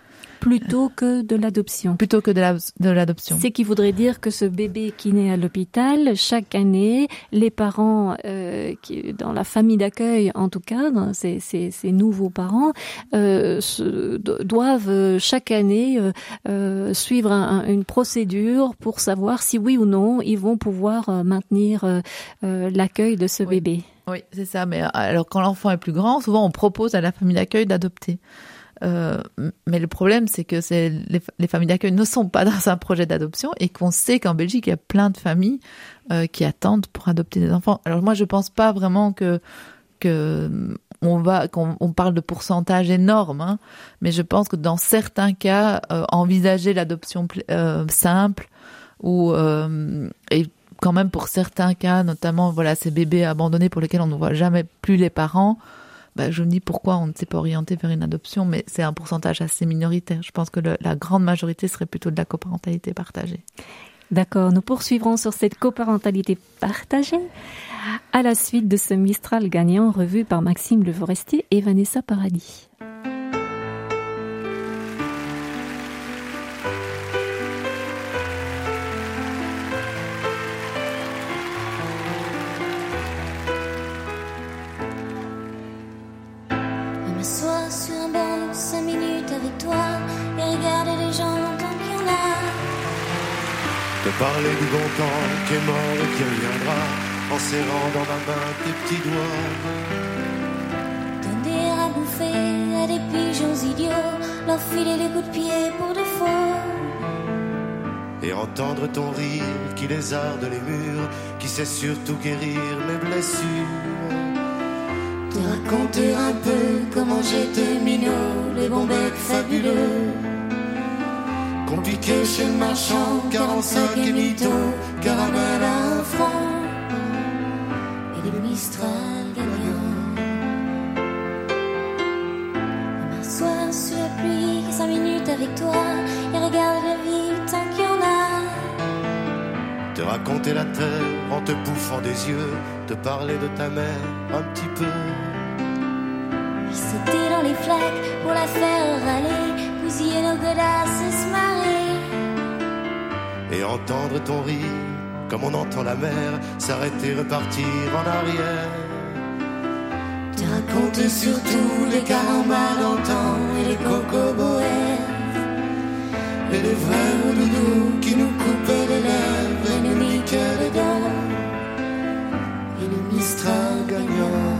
[SPEAKER 2] Plutôt que de l'adoption.
[SPEAKER 3] Plutôt que de, la, de l'adoption.
[SPEAKER 2] C'est qui voudrait dire que ce bébé qui naît à l'hôpital, chaque année, les parents, euh, qui, dans la famille d'accueil en tout cas, dans ces, ces, ces nouveaux parents, euh, se, doivent chaque année euh, euh, suivre un, une procédure pour savoir si oui ou non ils vont pouvoir euh, maintenir euh, euh, l'accueil de ce
[SPEAKER 3] oui.
[SPEAKER 2] bébé.
[SPEAKER 3] Oui, c'est ça. Mais alors quand l'enfant est plus grand, souvent on propose à la famille d'accueil d'adopter. Euh, mais le problème, c'est que c'est les, les familles d'accueil ne sont pas dans un projet d'adoption et qu'on sait qu'en Belgique, il y a plein de familles euh, qui attendent pour adopter des enfants. Alors moi, je pense pas vraiment que que on va qu'on on parle de pourcentage énorme, hein, mais je pense que dans certains cas, euh, envisager l'adoption euh, simple ou euh, et quand même pour certains cas, notamment voilà ces bébés abandonnés pour lesquels on ne voit jamais plus les parents. bah, je me dis pourquoi on ne s'est pas orienté vers une adoption, mais c'est un pourcentage assez minoritaire. Je pense que le, la grande majorité serait plutôt de la coparentalité partagée.
[SPEAKER 2] D'accord, nous poursuivrons sur cette coparentalité partagée à la suite de ce Mistral gagnant revu par Maxime Le Forestier et Vanessa Paradis.
[SPEAKER 4] Je m'assois sur un banc, cinq minutes avec toi et regarde les gens tant qu'il y en a.
[SPEAKER 5] Te parler du bon temps qui est mort et qui reviendra, en serrant dans ma main tes petits doigts.
[SPEAKER 4] Donner à bouffer à des pigeons idiots, leur filer des coups de pied pour de faux.
[SPEAKER 5] Et entendre ton rire qui lézarde les murs, qui sait surtout guérir mes blessures.
[SPEAKER 4] Te raconter un peu comment j'étais minot, les bons becs fabuleux.
[SPEAKER 5] Compliqué chez le marchand, quarante-cinq et mytho, caramel à un franc.
[SPEAKER 4] Et le Mistral gagnant. Je m'assois sous la pluie, cinq minutes avec toi et regarde la vie tant qu'il y en a.
[SPEAKER 5] Te raconter la terre en te bouffant des yeux, te parler de ta mère un petit peu.
[SPEAKER 4] Puis sauter dans les flaques pour la faire râler, bousiller nos godasses et se marrer.
[SPEAKER 5] Et entendre ton rire comme on entend la mer s'arrêter, repartir en arrière.
[SPEAKER 4] Te raconter surtout les carambars d'antan et les cocoboères.
[SPEAKER 5] Et les vrais doudous qui nous coupaient les lèvres et nous niquaient les dents.
[SPEAKER 4] Et le Mistral gagnant.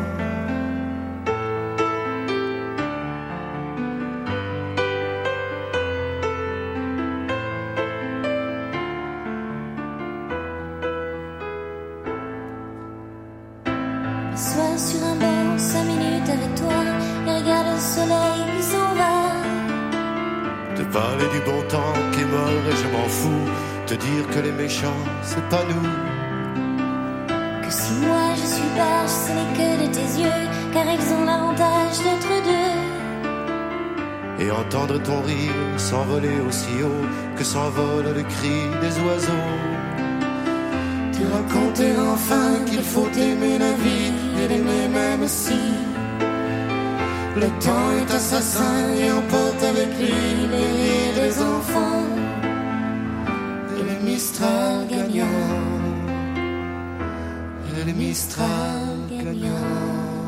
[SPEAKER 4] Sois sur un banc, cinq minutes avec toi et regarde le soleil qui s'en va.
[SPEAKER 5] Te parler du bon temps qui est mort et je m'en fous. Te dire que les méchants, c'est pas nous.
[SPEAKER 4] Que si moi je suis barge, ce n'est que de tes yeux, car ils ont l'avantage d'être deux.
[SPEAKER 5] Et entendre ton rire s'envoler aussi haut que s'envole le cri des oiseaux.
[SPEAKER 4] Te raconter enfin qu'il faut aimer la vie et l'aimer même si
[SPEAKER 5] le temps est assassin et emporte avec lui les rires des enfants. Et le Mistral gagnant. Et le Mistral gagnant.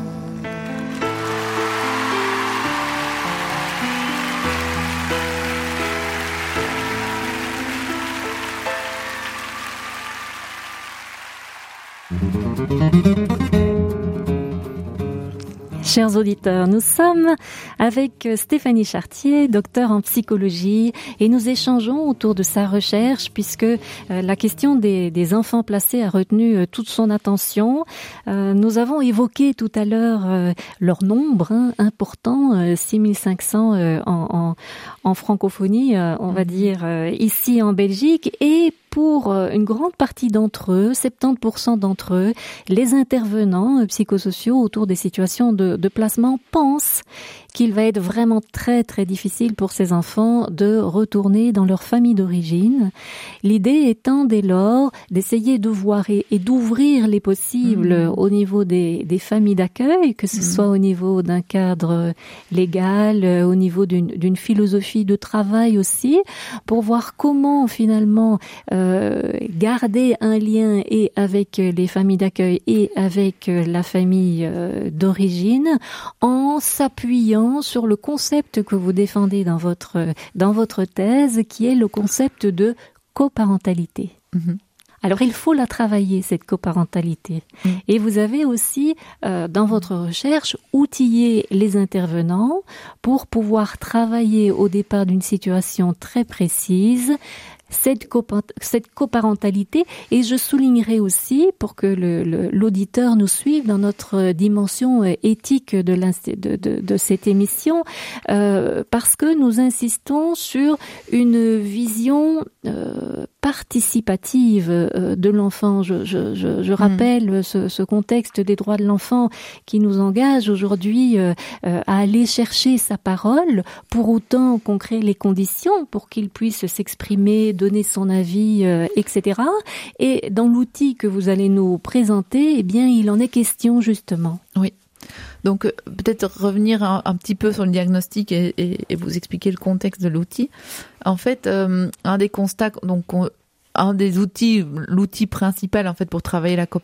[SPEAKER 2] Chers auditeurs, nous sommes avec Stéphanie Chartier, docteure en psychologie, et nous échangeons autour de sa recherche puisque euh, la question des, des enfants placés a retenu euh, toute son attention. Euh, nous avons évoqué tout à l'heure euh, leur nombre hein, important, euh, six mille cinq cents euh, en, en, en francophonie, euh, on va dire euh, ici en Belgique, et pour une grande partie d'entre eux, soixante-dix pour cent d'entre eux, les intervenants psychosociaux autour des situations de, de placement pensent qu'il va être vraiment très très difficile pour ces enfants de retourner dans leur famille d'origine. L'idée étant dès lors d'essayer de voir et, et d'ouvrir les possibles mmh. au niveau des, des familles d'accueil, que ce mmh. soit au niveau d'un cadre légal, au niveau d'une, d'une philosophie de travail aussi, pour voir comment finalement euh, garder un lien et avec les familles d'accueil et avec la famille euh, d'origine en s'appuyant sur le concept que vous défendez dans votre dans votre thèse, qui est le concept de coparentalité. Mm-hmm. Alors, il faut la travailler, cette coparentalité. Mm. Et vous avez aussi, euh, dans votre recherche, outillé les intervenants pour pouvoir travailler au départ d'une situation très précise, cette, copa- cette coparentalité, et je soulignerai aussi, pour que le, le, l'auditeur nous suive dans notre dimension éthique de, de, de, de cette émission, euh, parce que nous insistons sur une vision euh, participative euh, de l'enfant. Je, je, je, je rappelle mmh. ce, ce contexte des droits de l'enfant qui nous engage aujourd'hui euh, euh, à aller chercher sa parole, pour autant qu'on crée les conditions pour qu'il puisse s'exprimer, donner son avis, euh, et cetera. Et dans l'outil que vous allez nous présenter, eh bien, il en est question justement.
[SPEAKER 3] Oui. Donc peut-être revenir un, un petit peu sur le diagnostic et, et, et vous expliquer le contexte de l'outil. En fait, euh, un des constats, donc on, un des outils, l'outil principal en fait pour travailler la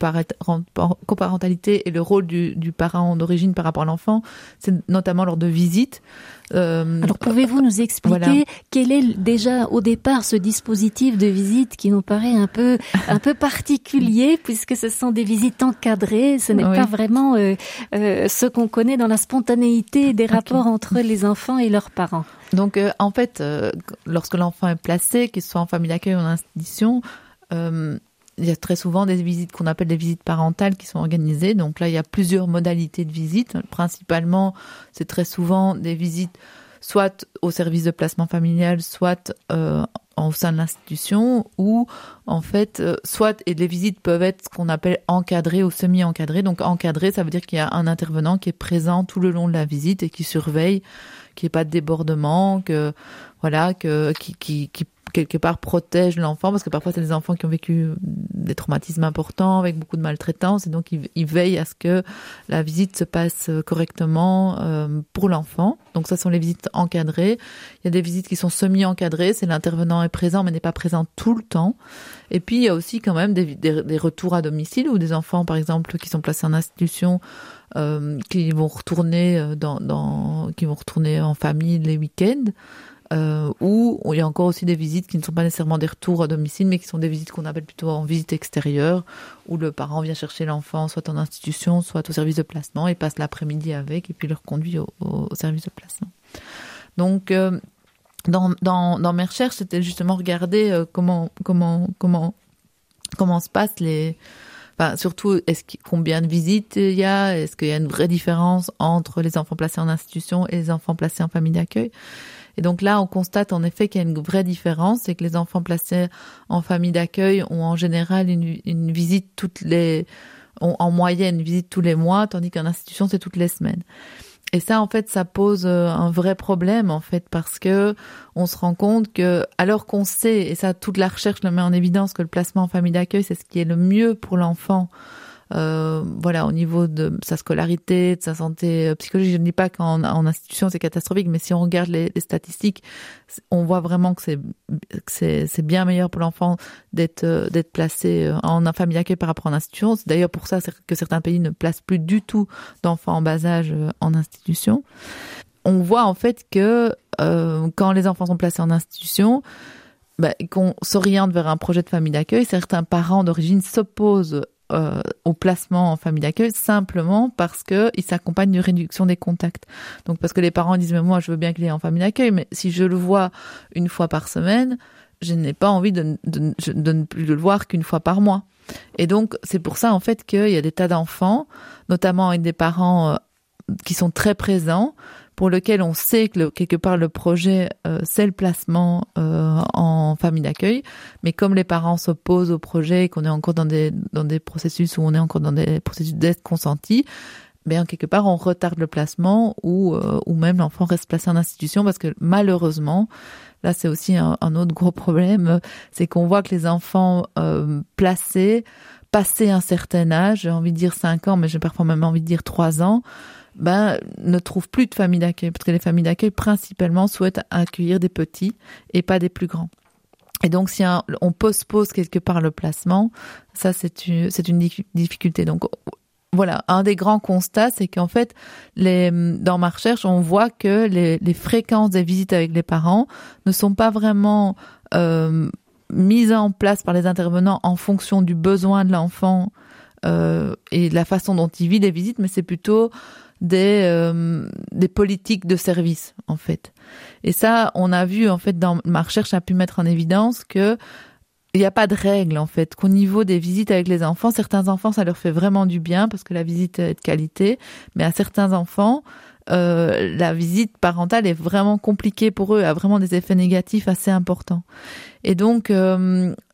[SPEAKER 3] coparentalité et le rôle du, du parent d'origine par rapport à l'enfant, c'est notamment lors de visites.
[SPEAKER 2] Euh, Alors pouvez-vous nous expliquer voilà. quel est déjà au départ ce dispositif de visite qui nous paraît un peu un peu particulier puisque ce sont des visites encadrées, ce n'est oui. pas vraiment euh, euh, ce qu'on connaît dans la spontanéité des rapports okay. entre les enfants et leurs parents.
[SPEAKER 3] Donc euh, en fait, euh, lorsque l'enfant est placé, qu'il soit en famille d'accueil ou en institution, euh, il y a très souvent des visites qu'on appelle des visites parentales qui sont organisées. Donc là, il y a plusieurs modalités de visite. Principalement, c'est très souvent des visites soit au service de placement familial, soit euh, au sein de l'institution, ou en fait, euh, soit, et les visites peuvent être ce qu'on appelle encadrées ou semi-encadrées. Donc encadrées, ça veut dire qu'il y a un intervenant qui est présent tout le long de la visite et qui surveille qu'il n'y ait pas de débordement, que voilà, que qui qui, qui quelque part protège l'enfant, parce que parfois c'est des enfants qui ont vécu des traumatismes importants avec beaucoup de maltraitance, et donc ils, ils veillent à ce que la visite se passe correctement euh, pour l'enfant. Donc ça sont les visites encadrées. Il y a des visites qui sont semi-encadrées, c'est l'intervenant est présent mais n'est pas présent tout le temps. Et puis il y a aussi quand même des, des, des retours à domicile, où des enfants par exemple qui sont placés en institution, euh, qui vont retourner dans, dans qui vont retourner en famille les week-ends. Euh, ou il y a encore aussi des visites qui ne sont pas nécessairement des retours à domicile, mais qui sont des visites qu'on appelle plutôt en visite extérieure, où le parent vient chercher l'enfant soit en institution, soit au service de placement, et passe l'après-midi avec, et puis le reconduit au, au, au service de placement. Donc, euh, dans, dans, dans mes recherches, c'était justement regarder euh, comment, comment, comment, comment se passent les... Enfin, surtout, est-ce qu'il, combien de visites il y a? Est-ce qu'il y a une vraie différence entre les enfants placés en institution et les enfants placés en famille d'accueil? Et donc là, on constate en effet qu'il y a une vraie différence, c'est que les enfants placés en famille d'accueil ont en général une, une visite toutes les, ont en moyenne une visite tous les mois, tandis qu'en institution, c'est toutes les semaines. Et ça, en fait, ça pose un vrai problème, en fait, parce que on se rend compte que, alors qu'on sait, et ça, toute la recherche le met en évidence, que le placement en famille d'accueil, c'est ce qui est le mieux pour l'enfant. Euh, voilà, au niveau de sa scolarité, de sa santé psychologique. Je ne dis pas qu'en en institution c'est catastrophique, mais si on regarde les, les statistiques, on voit vraiment que c'est que c'est, c'est bien meilleur pour l'enfant d'être d'être placé en famille d'accueil par rapport à en institution. C'est d'ailleurs pour ça que certains pays ne placent plus du tout d'enfants en bas âge en institution. On voit en fait que euh, quand les enfants sont placés en institution, bah, qu'on s'oriente vers un projet de famille d'accueil, certains parents d'origine s'opposent Euh, au placement en famille d'accueil simplement parce que il s'accompagne d'une réduction des contacts. Donc parce que les parents disent mais moi je veux bien qu'il est en famille d'accueil, mais si je le vois une fois par semaine, je n'ai pas envie de, de, de, de ne plus le voir qu'une fois par mois. Et donc c'est pour ça en fait qu'il y a des tas d'enfants, notamment avec des parents euh, qui sont très présents, pour lequel on sait que le, quelque part le projet euh, c'est le placement euh, en famille d'accueil, mais comme les parents s'opposent au projet et qu'on est encore dans des dans des processus où on est encore dans des processus d'aide consentie, ben quelque part on retarde le placement ou euh, ou même l'enfant reste placé en institution, parce que malheureusement là c'est aussi un, un autre gros problème, c'est qu'on voit que les enfants euh, placés passé un certain âge, j'ai envie de dire cinq ans, mais j'ai parfois même envie de dire trois ans, ben, ne trouvent plus de famille d'accueil, parce que les familles d'accueil, principalement, souhaitent accueillir des petits et pas des plus grands. Et donc, si un, on postpose quelque part le placement, ça, c'est une, c'est une difficulté. Donc, voilà, un des grands constats, c'est qu'en fait, les, dans ma recherche, on voit que les, les fréquences des visites avec les parents ne sont pas vraiment euh, mises en place par les intervenants en fonction du besoin de l'enfant euh, et de la façon dont il vit les visites, mais c'est plutôt des euh, des politiques de service en fait. Et ça, on a vu en fait dans ma recherche, a pu mettre en évidence que il n'y a pas de règle en fait, qu'au niveau des visites avec les enfants, certains enfants ça leur fait vraiment du bien parce que la visite est de qualité, mais à certains enfants euh, la visite parentale est vraiment compliquée pour eux, a vraiment des effets négatifs assez importants. Et donc euh,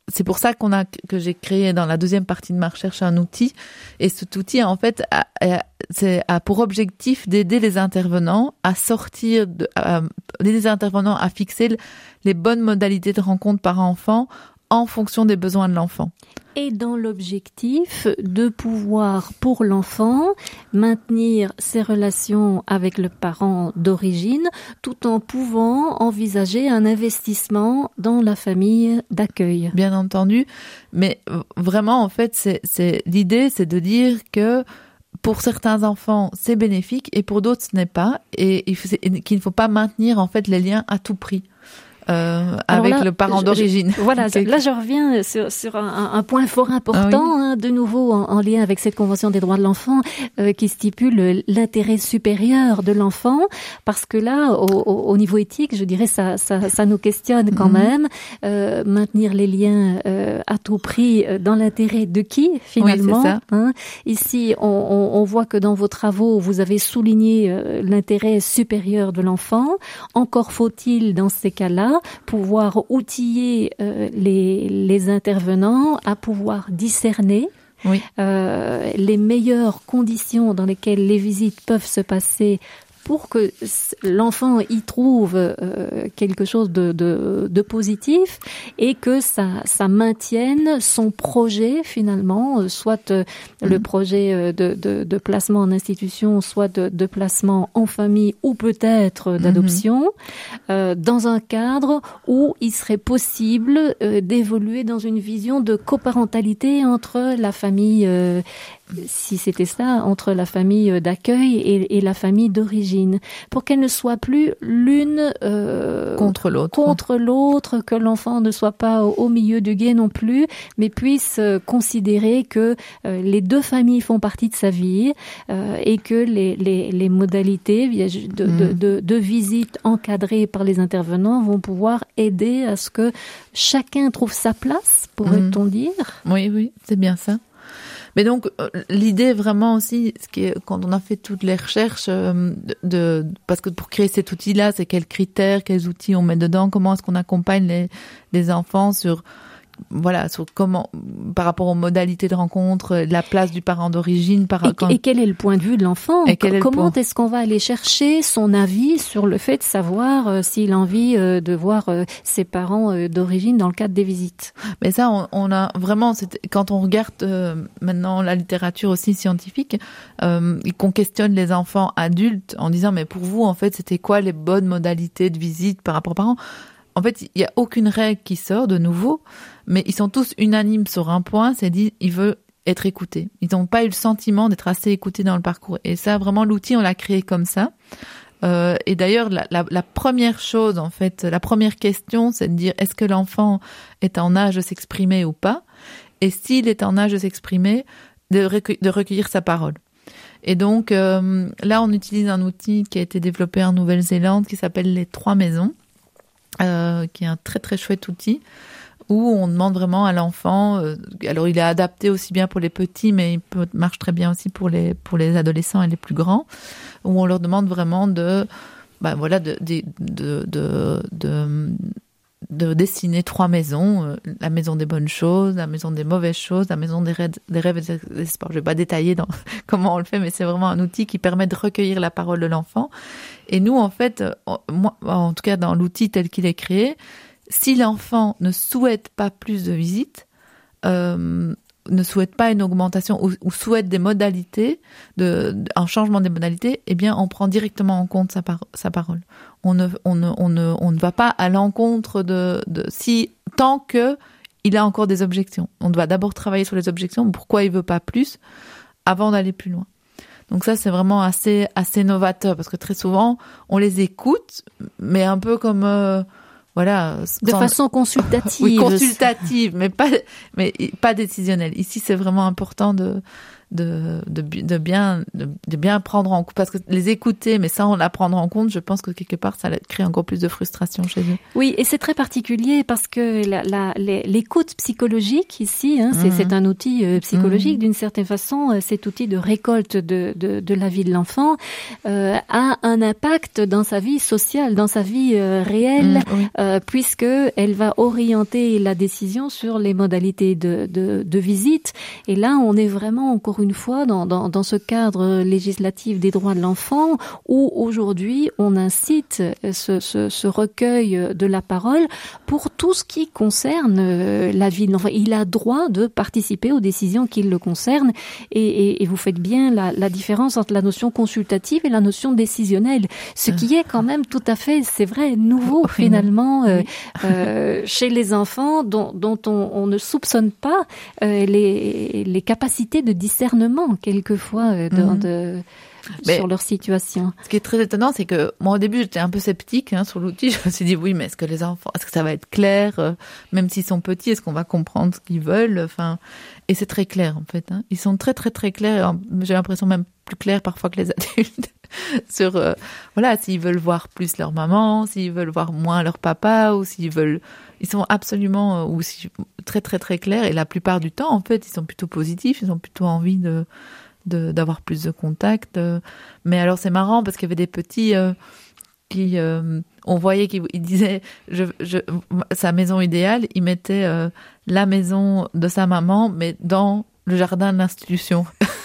[SPEAKER 3] c'est pour ça qu'on a, que j'ai créé dans la deuxième partie de ma recherche un outil. Et cet outil, en fait, a, a, c'est, a pour objectif d'aider les intervenants à sortir, de, à, d'aider les intervenants à fixer les bonnes modalités de rencontre parent-enfant en fonction des besoins de l'enfant.
[SPEAKER 2] Et dans l'objectif de pouvoir, pour l'enfant, maintenir ses relations avec le parent d'origine, tout en pouvant envisager un investissement dans la famille d'accueil.
[SPEAKER 3] Bien entendu, mais vraiment, en fait, c'est, c'est l'idée, c'est de dire que pour certains enfants, c'est bénéfique, et pour d'autres, ce n'est pas, et, et qu'il ne faut pas maintenir, en fait, les liens à tout prix. Euh, avec là, le parent d'origine.
[SPEAKER 2] Je, voilà, là je reviens sur, sur un, un point fort important, ah oui. hein, de nouveau en, en lien avec cette Convention des droits de l'enfant euh, qui stipule l'intérêt supérieur de l'enfant, parce que là, au, au, au niveau éthique, je dirais, ça, ça, ça nous questionne quand mmh. même. Euh, maintenir les liens euh, à tout prix, dans l'intérêt de qui, finalement,
[SPEAKER 3] oui, c'est ça.
[SPEAKER 2] Hein. Ici, on, on, on voit que dans vos travaux, vous avez souligné euh, l'intérêt supérieur de l'enfant. Encore faut-il, dans ces cas-là, pouvoir outiller euh, les, les intervenants à pouvoir discerner oui. euh, les meilleures conditions dans lesquelles les visites peuvent se passer pour que l'enfant y trouve euh, quelque chose de, de, de positif et que ça, ça maintienne son projet finalement, soit euh, mmh. le projet de, de, de placement en institution, soit de, de placement en famille ou peut-être d'adoption, mmh. euh, dans un cadre où il serait possible euh, d'évoluer dans une vision de coparentalité entre la famille euh, si c'était ça, entre la famille d'accueil et, et la famille d'origine, pour qu'elle ne soit plus l'une euh,
[SPEAKER 3] contre l'autre,
[SPEAKER 2] contre l'autre, que l'enfant ne soit pas au, au milieu du gué non plus, mais puisse euh, considérer que euh, les deux familles font partie de sa vie euh, et que les, les, les modalités de, mmh. de, de, de visite encadrées par les intervenants vont pouvoir aider à ce que chacun trouve sa place, pourrait-on mmh. dire.
[SPEAKER 3] Oui, oui, c'est bien ça. Mais donc, euh, l'idée vraiment aussi, ce qui est, quand on a fait toutes les recherches, euh, de, de, parce que pour créer cet outil-là, c'est quels critères, quels outils on met dedans, comment est-ce qu'on accompagne les, les enfants sur, voilà, sur comment, par rapport aux modalités de rencontre, la place du parent d'origine. Par,
[SPEAKER 2] et,
[SPEAKER 3] quand...
[SPEAKER 2] et quel est le point de vue de l'enfant?
[SPEAKER 3] Et quel est
[SPEAKER 2] Comment
[SPEAKER 3] est-ce
[SPEAKER 2] qu'on va aller chercher son avis sur le fait de savoir euh, s'il a envie euh, de voir euh, ses parents euh, d'origine dans le cadre des visites?
[SPEAKER 3] Mais ça, on, on a vraiment, quand on regarde euh, maintenant la littérature aussi scientifique, euh, et qu'on questionne les enfants adultes en disant, mais pour vous, en fait, c'était quoi les bonnes modalités de visite par rapport aux parents? En fait, il n'y a aucune règle qui sort de nouveau, mais ils sont tous unanimes sur un point, c'est dit, ils veulent être écoutés. Ils n'ont pas eu le sentiment d'être assez écoutés dans le parcours. Et ça, vraiment, l'outil, on l'a créé comme ça. Euh, et d'ailleurs, la, la, la première chose, en fait, la première question, c'est de dire, est-ce que l'enfant est en âge de s'exprimer ou pas? Et s'il est en âge de s'exprimer, de, recueillir, de recueillir sa parole. Et donc, euh, là, on utilise un outil qui a été développé en Nouvelle-Zélande qui s'appelle les Trois Maisons. Euh, qui est un très très chouette outil où on demande vraiment à l'enfant, euh, alors il est adapté aussi bien pour les petits mais il peut, marche très bien aussi pour les pour les adolescents et les plus grands, où on leur demande vraiment de bah voilà de de de de, de de dessiner trois maisons, euh, la maison des bonnes choses, la maison des mauvaises choses, la maison des rêves, des rêves et des espoirs. Je vais pas détailler dans comment on le fait, mais c'est vraiment un outil qui permet de recueillir la parole de l'enfant. Et nous, en fait, moi, en tout cas dans l'outil tel qu'il est créé, si l'enfant ne souhaite pas plus de visites, euh, ne souhaite pas une augmentation ou, ou souhaite des modalités, de, de, un changement des modalités, eh bien, on prend directement en compte sa, par, sa parole. On ne, on ne, on ne, on ne va pas à l'encontre de, de si tant que il a encore des objections. On doit d'abord travailler sur les objections. Pourquoi il veut pas plus avant d'aller plus loin. Donc ça, c'est vraiment assez, assez novateur parce que très souvent, on les écoute, mais un peu comme, euh, voilà.
[SPEAKER 2] De sans... façon consultative.
[SPEAKER 3] Oui, consultative, mais pas, mais pas décisionnelle. Ici, c'est vraiment important de, de, de, de bien, de, de bien prendre en compte, parce que les écouter, mais sans la prendre en compte, je pense que quelque part, ça crée encore plus de frustration chez eux.
[SPEAKER 2] Oui, et c'est très particulier parce que la, la, l'écoute psychologique ici, hein, c'est, mmh. c'est un outil euh, psychologique mmh. d'une certaine façon. Euh, cet outil de récolte de, de, de la vie de l'enfant euh, a un impact dans sa vie sociale, dans sa vie euh, réelle, mmh, oui. euh, puisque elle va orienter la décision sur les modalités de, de, de visite. Et là, on est vraiment encore une fois dans, dans, dans ce cadre législatif des droits de l'enfant où aujourd'hui on incite ce, ce, ce recueil de la parole pour tout ce qui concerne la vie de l'enfant. Il a droit de participer aux décisions qui le concernent et, et, et vous faites bien la, la différence entre la notion consultative et la notion décisionnelle, ce qui est quand même tout à fait, c'est vrai, nouveau oui, finalement oui. Euh, euh, chez les enfants dont, dont on, on ne soupçonne pas euh, les, les capacités de discernement quelquefois euh, de, mmh. de Mais sur leur situation.
[SPEAKER 3] Ce qui est très étonnant, c'est que moi au début j'étais un peu sceptique hein, sur l'outil. Je me suis dit oui, mais est-ce que les enfants, est-ce que ça va être clair, euh, même s'ils sont petits, est-ce qu'on va comprendre ce qu'ils veulent, enfin, et c'est très clair en fait. Hein. Ils sont très très très clairs. J'ai l'impression même plus clairs parfois que les adultes sur euh, voilà s'ils veulent voir plus leur maman, s'ils veulent voir moins leur papa, ou s'ils veulent, ils sont absolument euh, ou si, très très très clairs. Et la plupart du temps en fait, ils sont plutôt positifs, ils ont plutôt envie de De, d'avoir plus de contacts. Euh, mais alors, c'est marrant parce qu'il y avait des petits euh, qui... Euh, on voyait qu'ils il disaient je, je, sa maison idéale, il mettait euh, la maison de sa maman, mais dans le jardin de l'institution.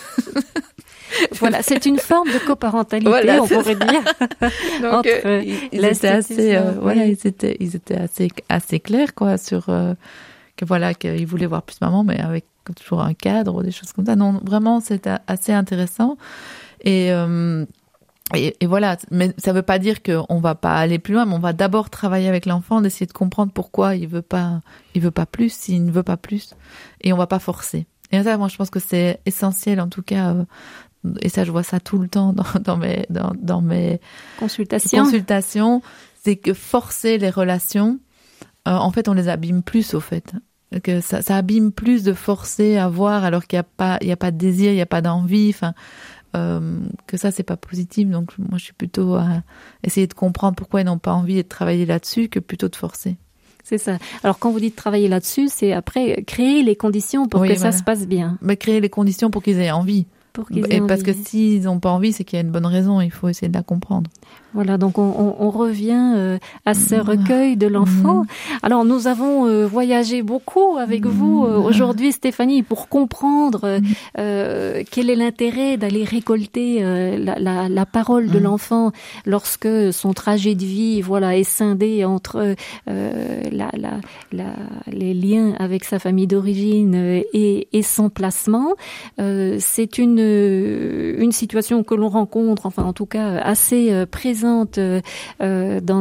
[SPEAKER 2] Voilà, c'est une forme de coparentalité, voilà, on pourrait ça. dire.
[SPEAKER 3] Donc, entre, euh, ils, ils étaient assez... Euh, oui. Voilà, ils étaient, ils étaient assez, assez clairs, quoi, sur... Euh, que voilà, qu'ils voulaient voir plus maman, mais avec comme toujours un cadre ou des choses comme ça. Non, vraiment, c'est assez intéressant. Et, euh, et, et voilà, mais ça veut pas dire qu'on va pas aller plus loin, mais on va d'abord travailler avec l'enfant, d'essayer de comprendre pourquoi il veut pas, il veut pas plus, s'il ne veut pas plus, et on va pas forcer. Et ça, moi, je pense que c'est essentiel, en tout cas, euh, et ça, je vois ça tout le temps dans, dans mes, dans, dans mes
[SPEAKER 2] consultations.
[SPEAKER 3] consultations, c'est que forcer les relations, euh, en fait, on les abîme plus, au fait. Que ça, ça abîme plus de forcer à voir alors qu'il n'y a pas, il y a pas de désir, il n'y a pas d'envie, enfin, euh, que ça, c'est pas positif. Donc, moi, je suis plutôt à essayer de comprendre pourquoi ils n'ont pas envie de travailler là-dessus que plutôt de forcer.
[SPEAKER 2] C'est ça. Alors, quand vous dites travailler là-dessus, c'est après créer les conditions pour oui, que voilà. ça se passe bien.
[SPEAKER 3] Mais créer les conditions pour qu'ils aient envie.
[SPEAKER 2] Pour qu'ils aient
[SPEAKER 3] Et
[SPEAKER 2] envie.
[SPEAKER 3] parce que s'ils n'ont pas envie, c'est qu'il y a une bonne raison. Il faut essayer de la comprendre.
[SPEAKER 2] Voilà, donc on, on, on revient euh, à ce recueil de l'enfant. Mmh. Alors nous avons euh, voyagé beaucoup avec mmh. vous euh, aujourd'hui, Stéphanie, pour comprendre mmh. euh, quel est l'intérêt d'aller récolter euh, la, la, la parole de mmh. l'enfant lorsque son trajet de vie, voilà, est scindé entre euh, la, la, la, les liens avec sa famille d'origine et, et son placement. Euh, c'est une une situation que l'on rencontre, enfin en tout cas assez euh, présente Euh, dans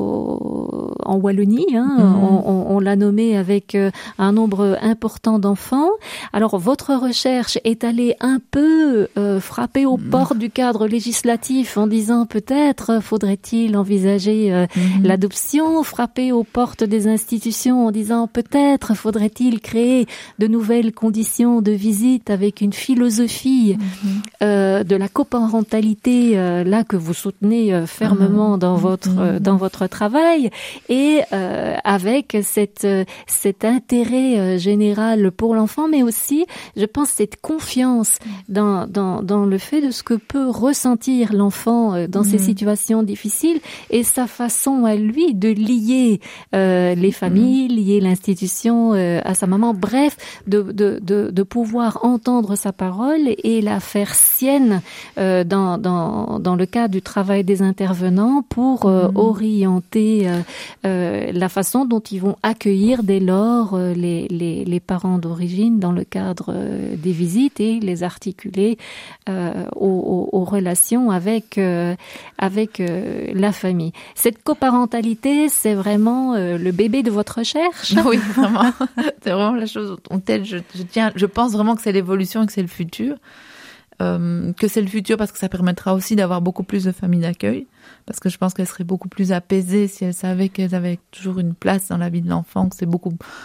[SPEAKER 2] nos en Wallonie, hein, mmh. on, on, on l'a nommé avec euh, un nombre important d'enfants. Alors votre recherche est allée un peu euh, frapper aux mmh. portes du cadre législatif en disant peut-être faudrait-il envisager euh, mmh. l'adoption, frapper aux portes des institutions en disant peut-être faudrait-il créer de nouvelles conditions de visite avec une philosophie mmh. euh, de la coparentalité euh, là que vous soutenez euh, fermement dans votre mmh. dans votre travail et euh, avec cette cet intérêt euh, général pour l'enfant, mais aussi je pense cette confiance dans dans dans le fait de ce que peut ressentir l'enfant euh, dans mmh. ces situations difficiles et sa façon à lui de lier euh, les familles, mmh. lier l'institution euh, à sa maman, bref, de de de de pouvoir entendre sa parole et la faire sienne euh, dans dans dans le cadre du travail des intervenants pour euh, mmh. orienter euh, euh, la façon dont ils vont accueillir dès lors euh, les, les, les parents d'origine dans le cadre euh, des visites et les articuler euh, aux, aux, aux relations avec, euh, avec euh, la famille. Cette coparentalité, c'est vraiment euh, le bébé de votre recherche?
[SPEAKER 3] Oui, vraiment. C'est vraiment la chose dont je, je tiens. Je pense vraiment que c'est l'évolution et que c'est le futur. Euh, que c'est le futur parce que ça permettra aussi d'avoir beaucoup plus de familles d'accueil, parce que je pense qu'elles seraient beaucoup plus apaisées si elles savaient qu'elles avaient toujours une place dans la vie de l'enfant, que c'est beaucoup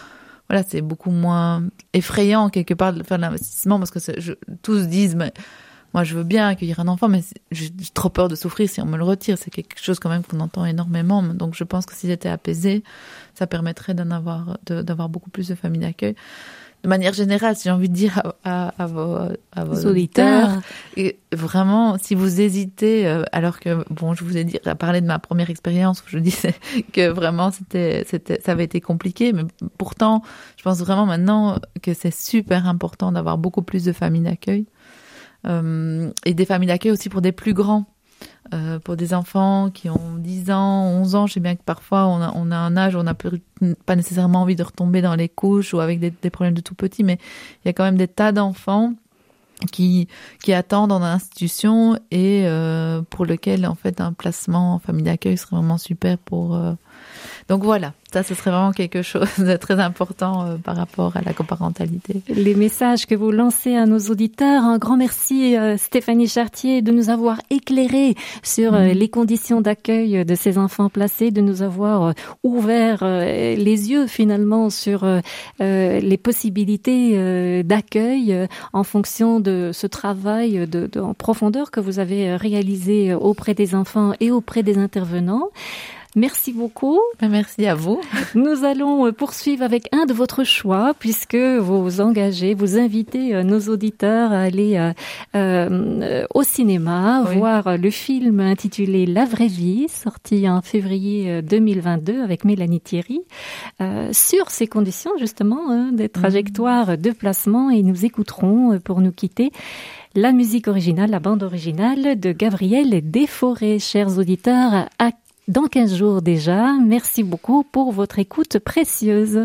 [SPEAKER 3] voilà, c'est beaucoup moins effrayant quelque part de faire de l'investissement parce que c'est, je, tous disent, mais moi je veux bien accueillir un enfant, mais j'ai trop peur de souffrir si on me le retire. C'est quelque chose quand même qu'on entend énormément. Donc je pense que si j'étais apaisée, ça permettrait d'en avoir, de, d'avoir beaucoup plus de familles d'accueil. De manière générale, si j'ai envie de dire à, à, à vos, à vos auditeurs, et vraiment, si vous hésitez, euh, alors que, bon, je vous ai dit, à parler de ma première expérience, où je disais que vraiment c'était, c'était, ça avait été compliqué, mais pourtant, je pense vraiment maintenant que c'est super important d'avoir beaucoup plus de familles d'accueil, euh, et des familles d'accueil aussi pour des plus grands. Euh, pour des enfants qui ont dix ans, onze ans, je sais bien que parfois on a, on a un âge où on n'a pas nécessairement envie de retomber dans les couches ou avec des, des problèmes de tout petit, mais il y a quand même des tas d'enfants qui qui attendent dans l'institution et euh, pour lequel en fait un placement en famille d'accueil serait vraiment super pour... Euh... Donc voilà, ça ce serait vraiment quelque chose de très important euh, par rapport à la coparentalité.
[SPEAKER 2] Les messages que vous lancez à nos auditeurs, un grand merci euh, Stéphanie Chartier de nous avoir éclairé sur euh, les conditions d'accueil de ces enfants placés, de nous avoir euh, ouvert euh, les yeux finalement sur euh, euh, les possibilités euh, d'accueil euh, en fonction de ce travail de, de, en profondeur que vous avez réalisé auprès des enfants et auprès des intervenants. Merci beaucoup.
[SPEAKER 3] Merci à vous.
[SPEAKER 2] Nous allons poursuivre avec un de votre choix puisque vous engagez, vous invitez nos auditeurs à aller euh, euh, au cinéma, oui. voir le film intitulé La vraie vie, sorti en février deux mille vingt-deux avec Mélanie Thierry, euh, sur ces conditions justement hein, des trajectoires mmh. de placement, et nous écouterons pour nous quitter la musique originale, la bande originale de Gabriel Desforêts. Chers auditeurs, à dans quinze jours déjà. Merci beaucoup pour votre écoute précieuse.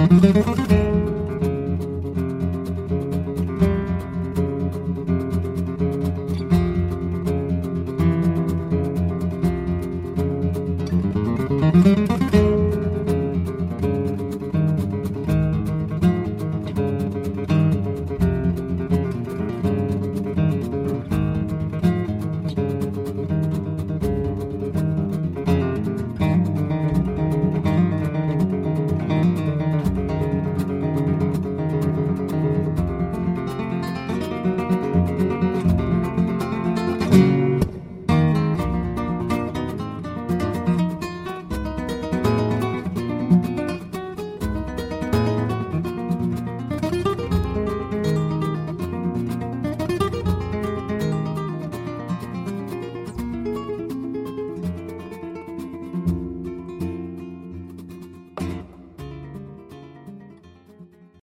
[SPEAKER 5] Thank you.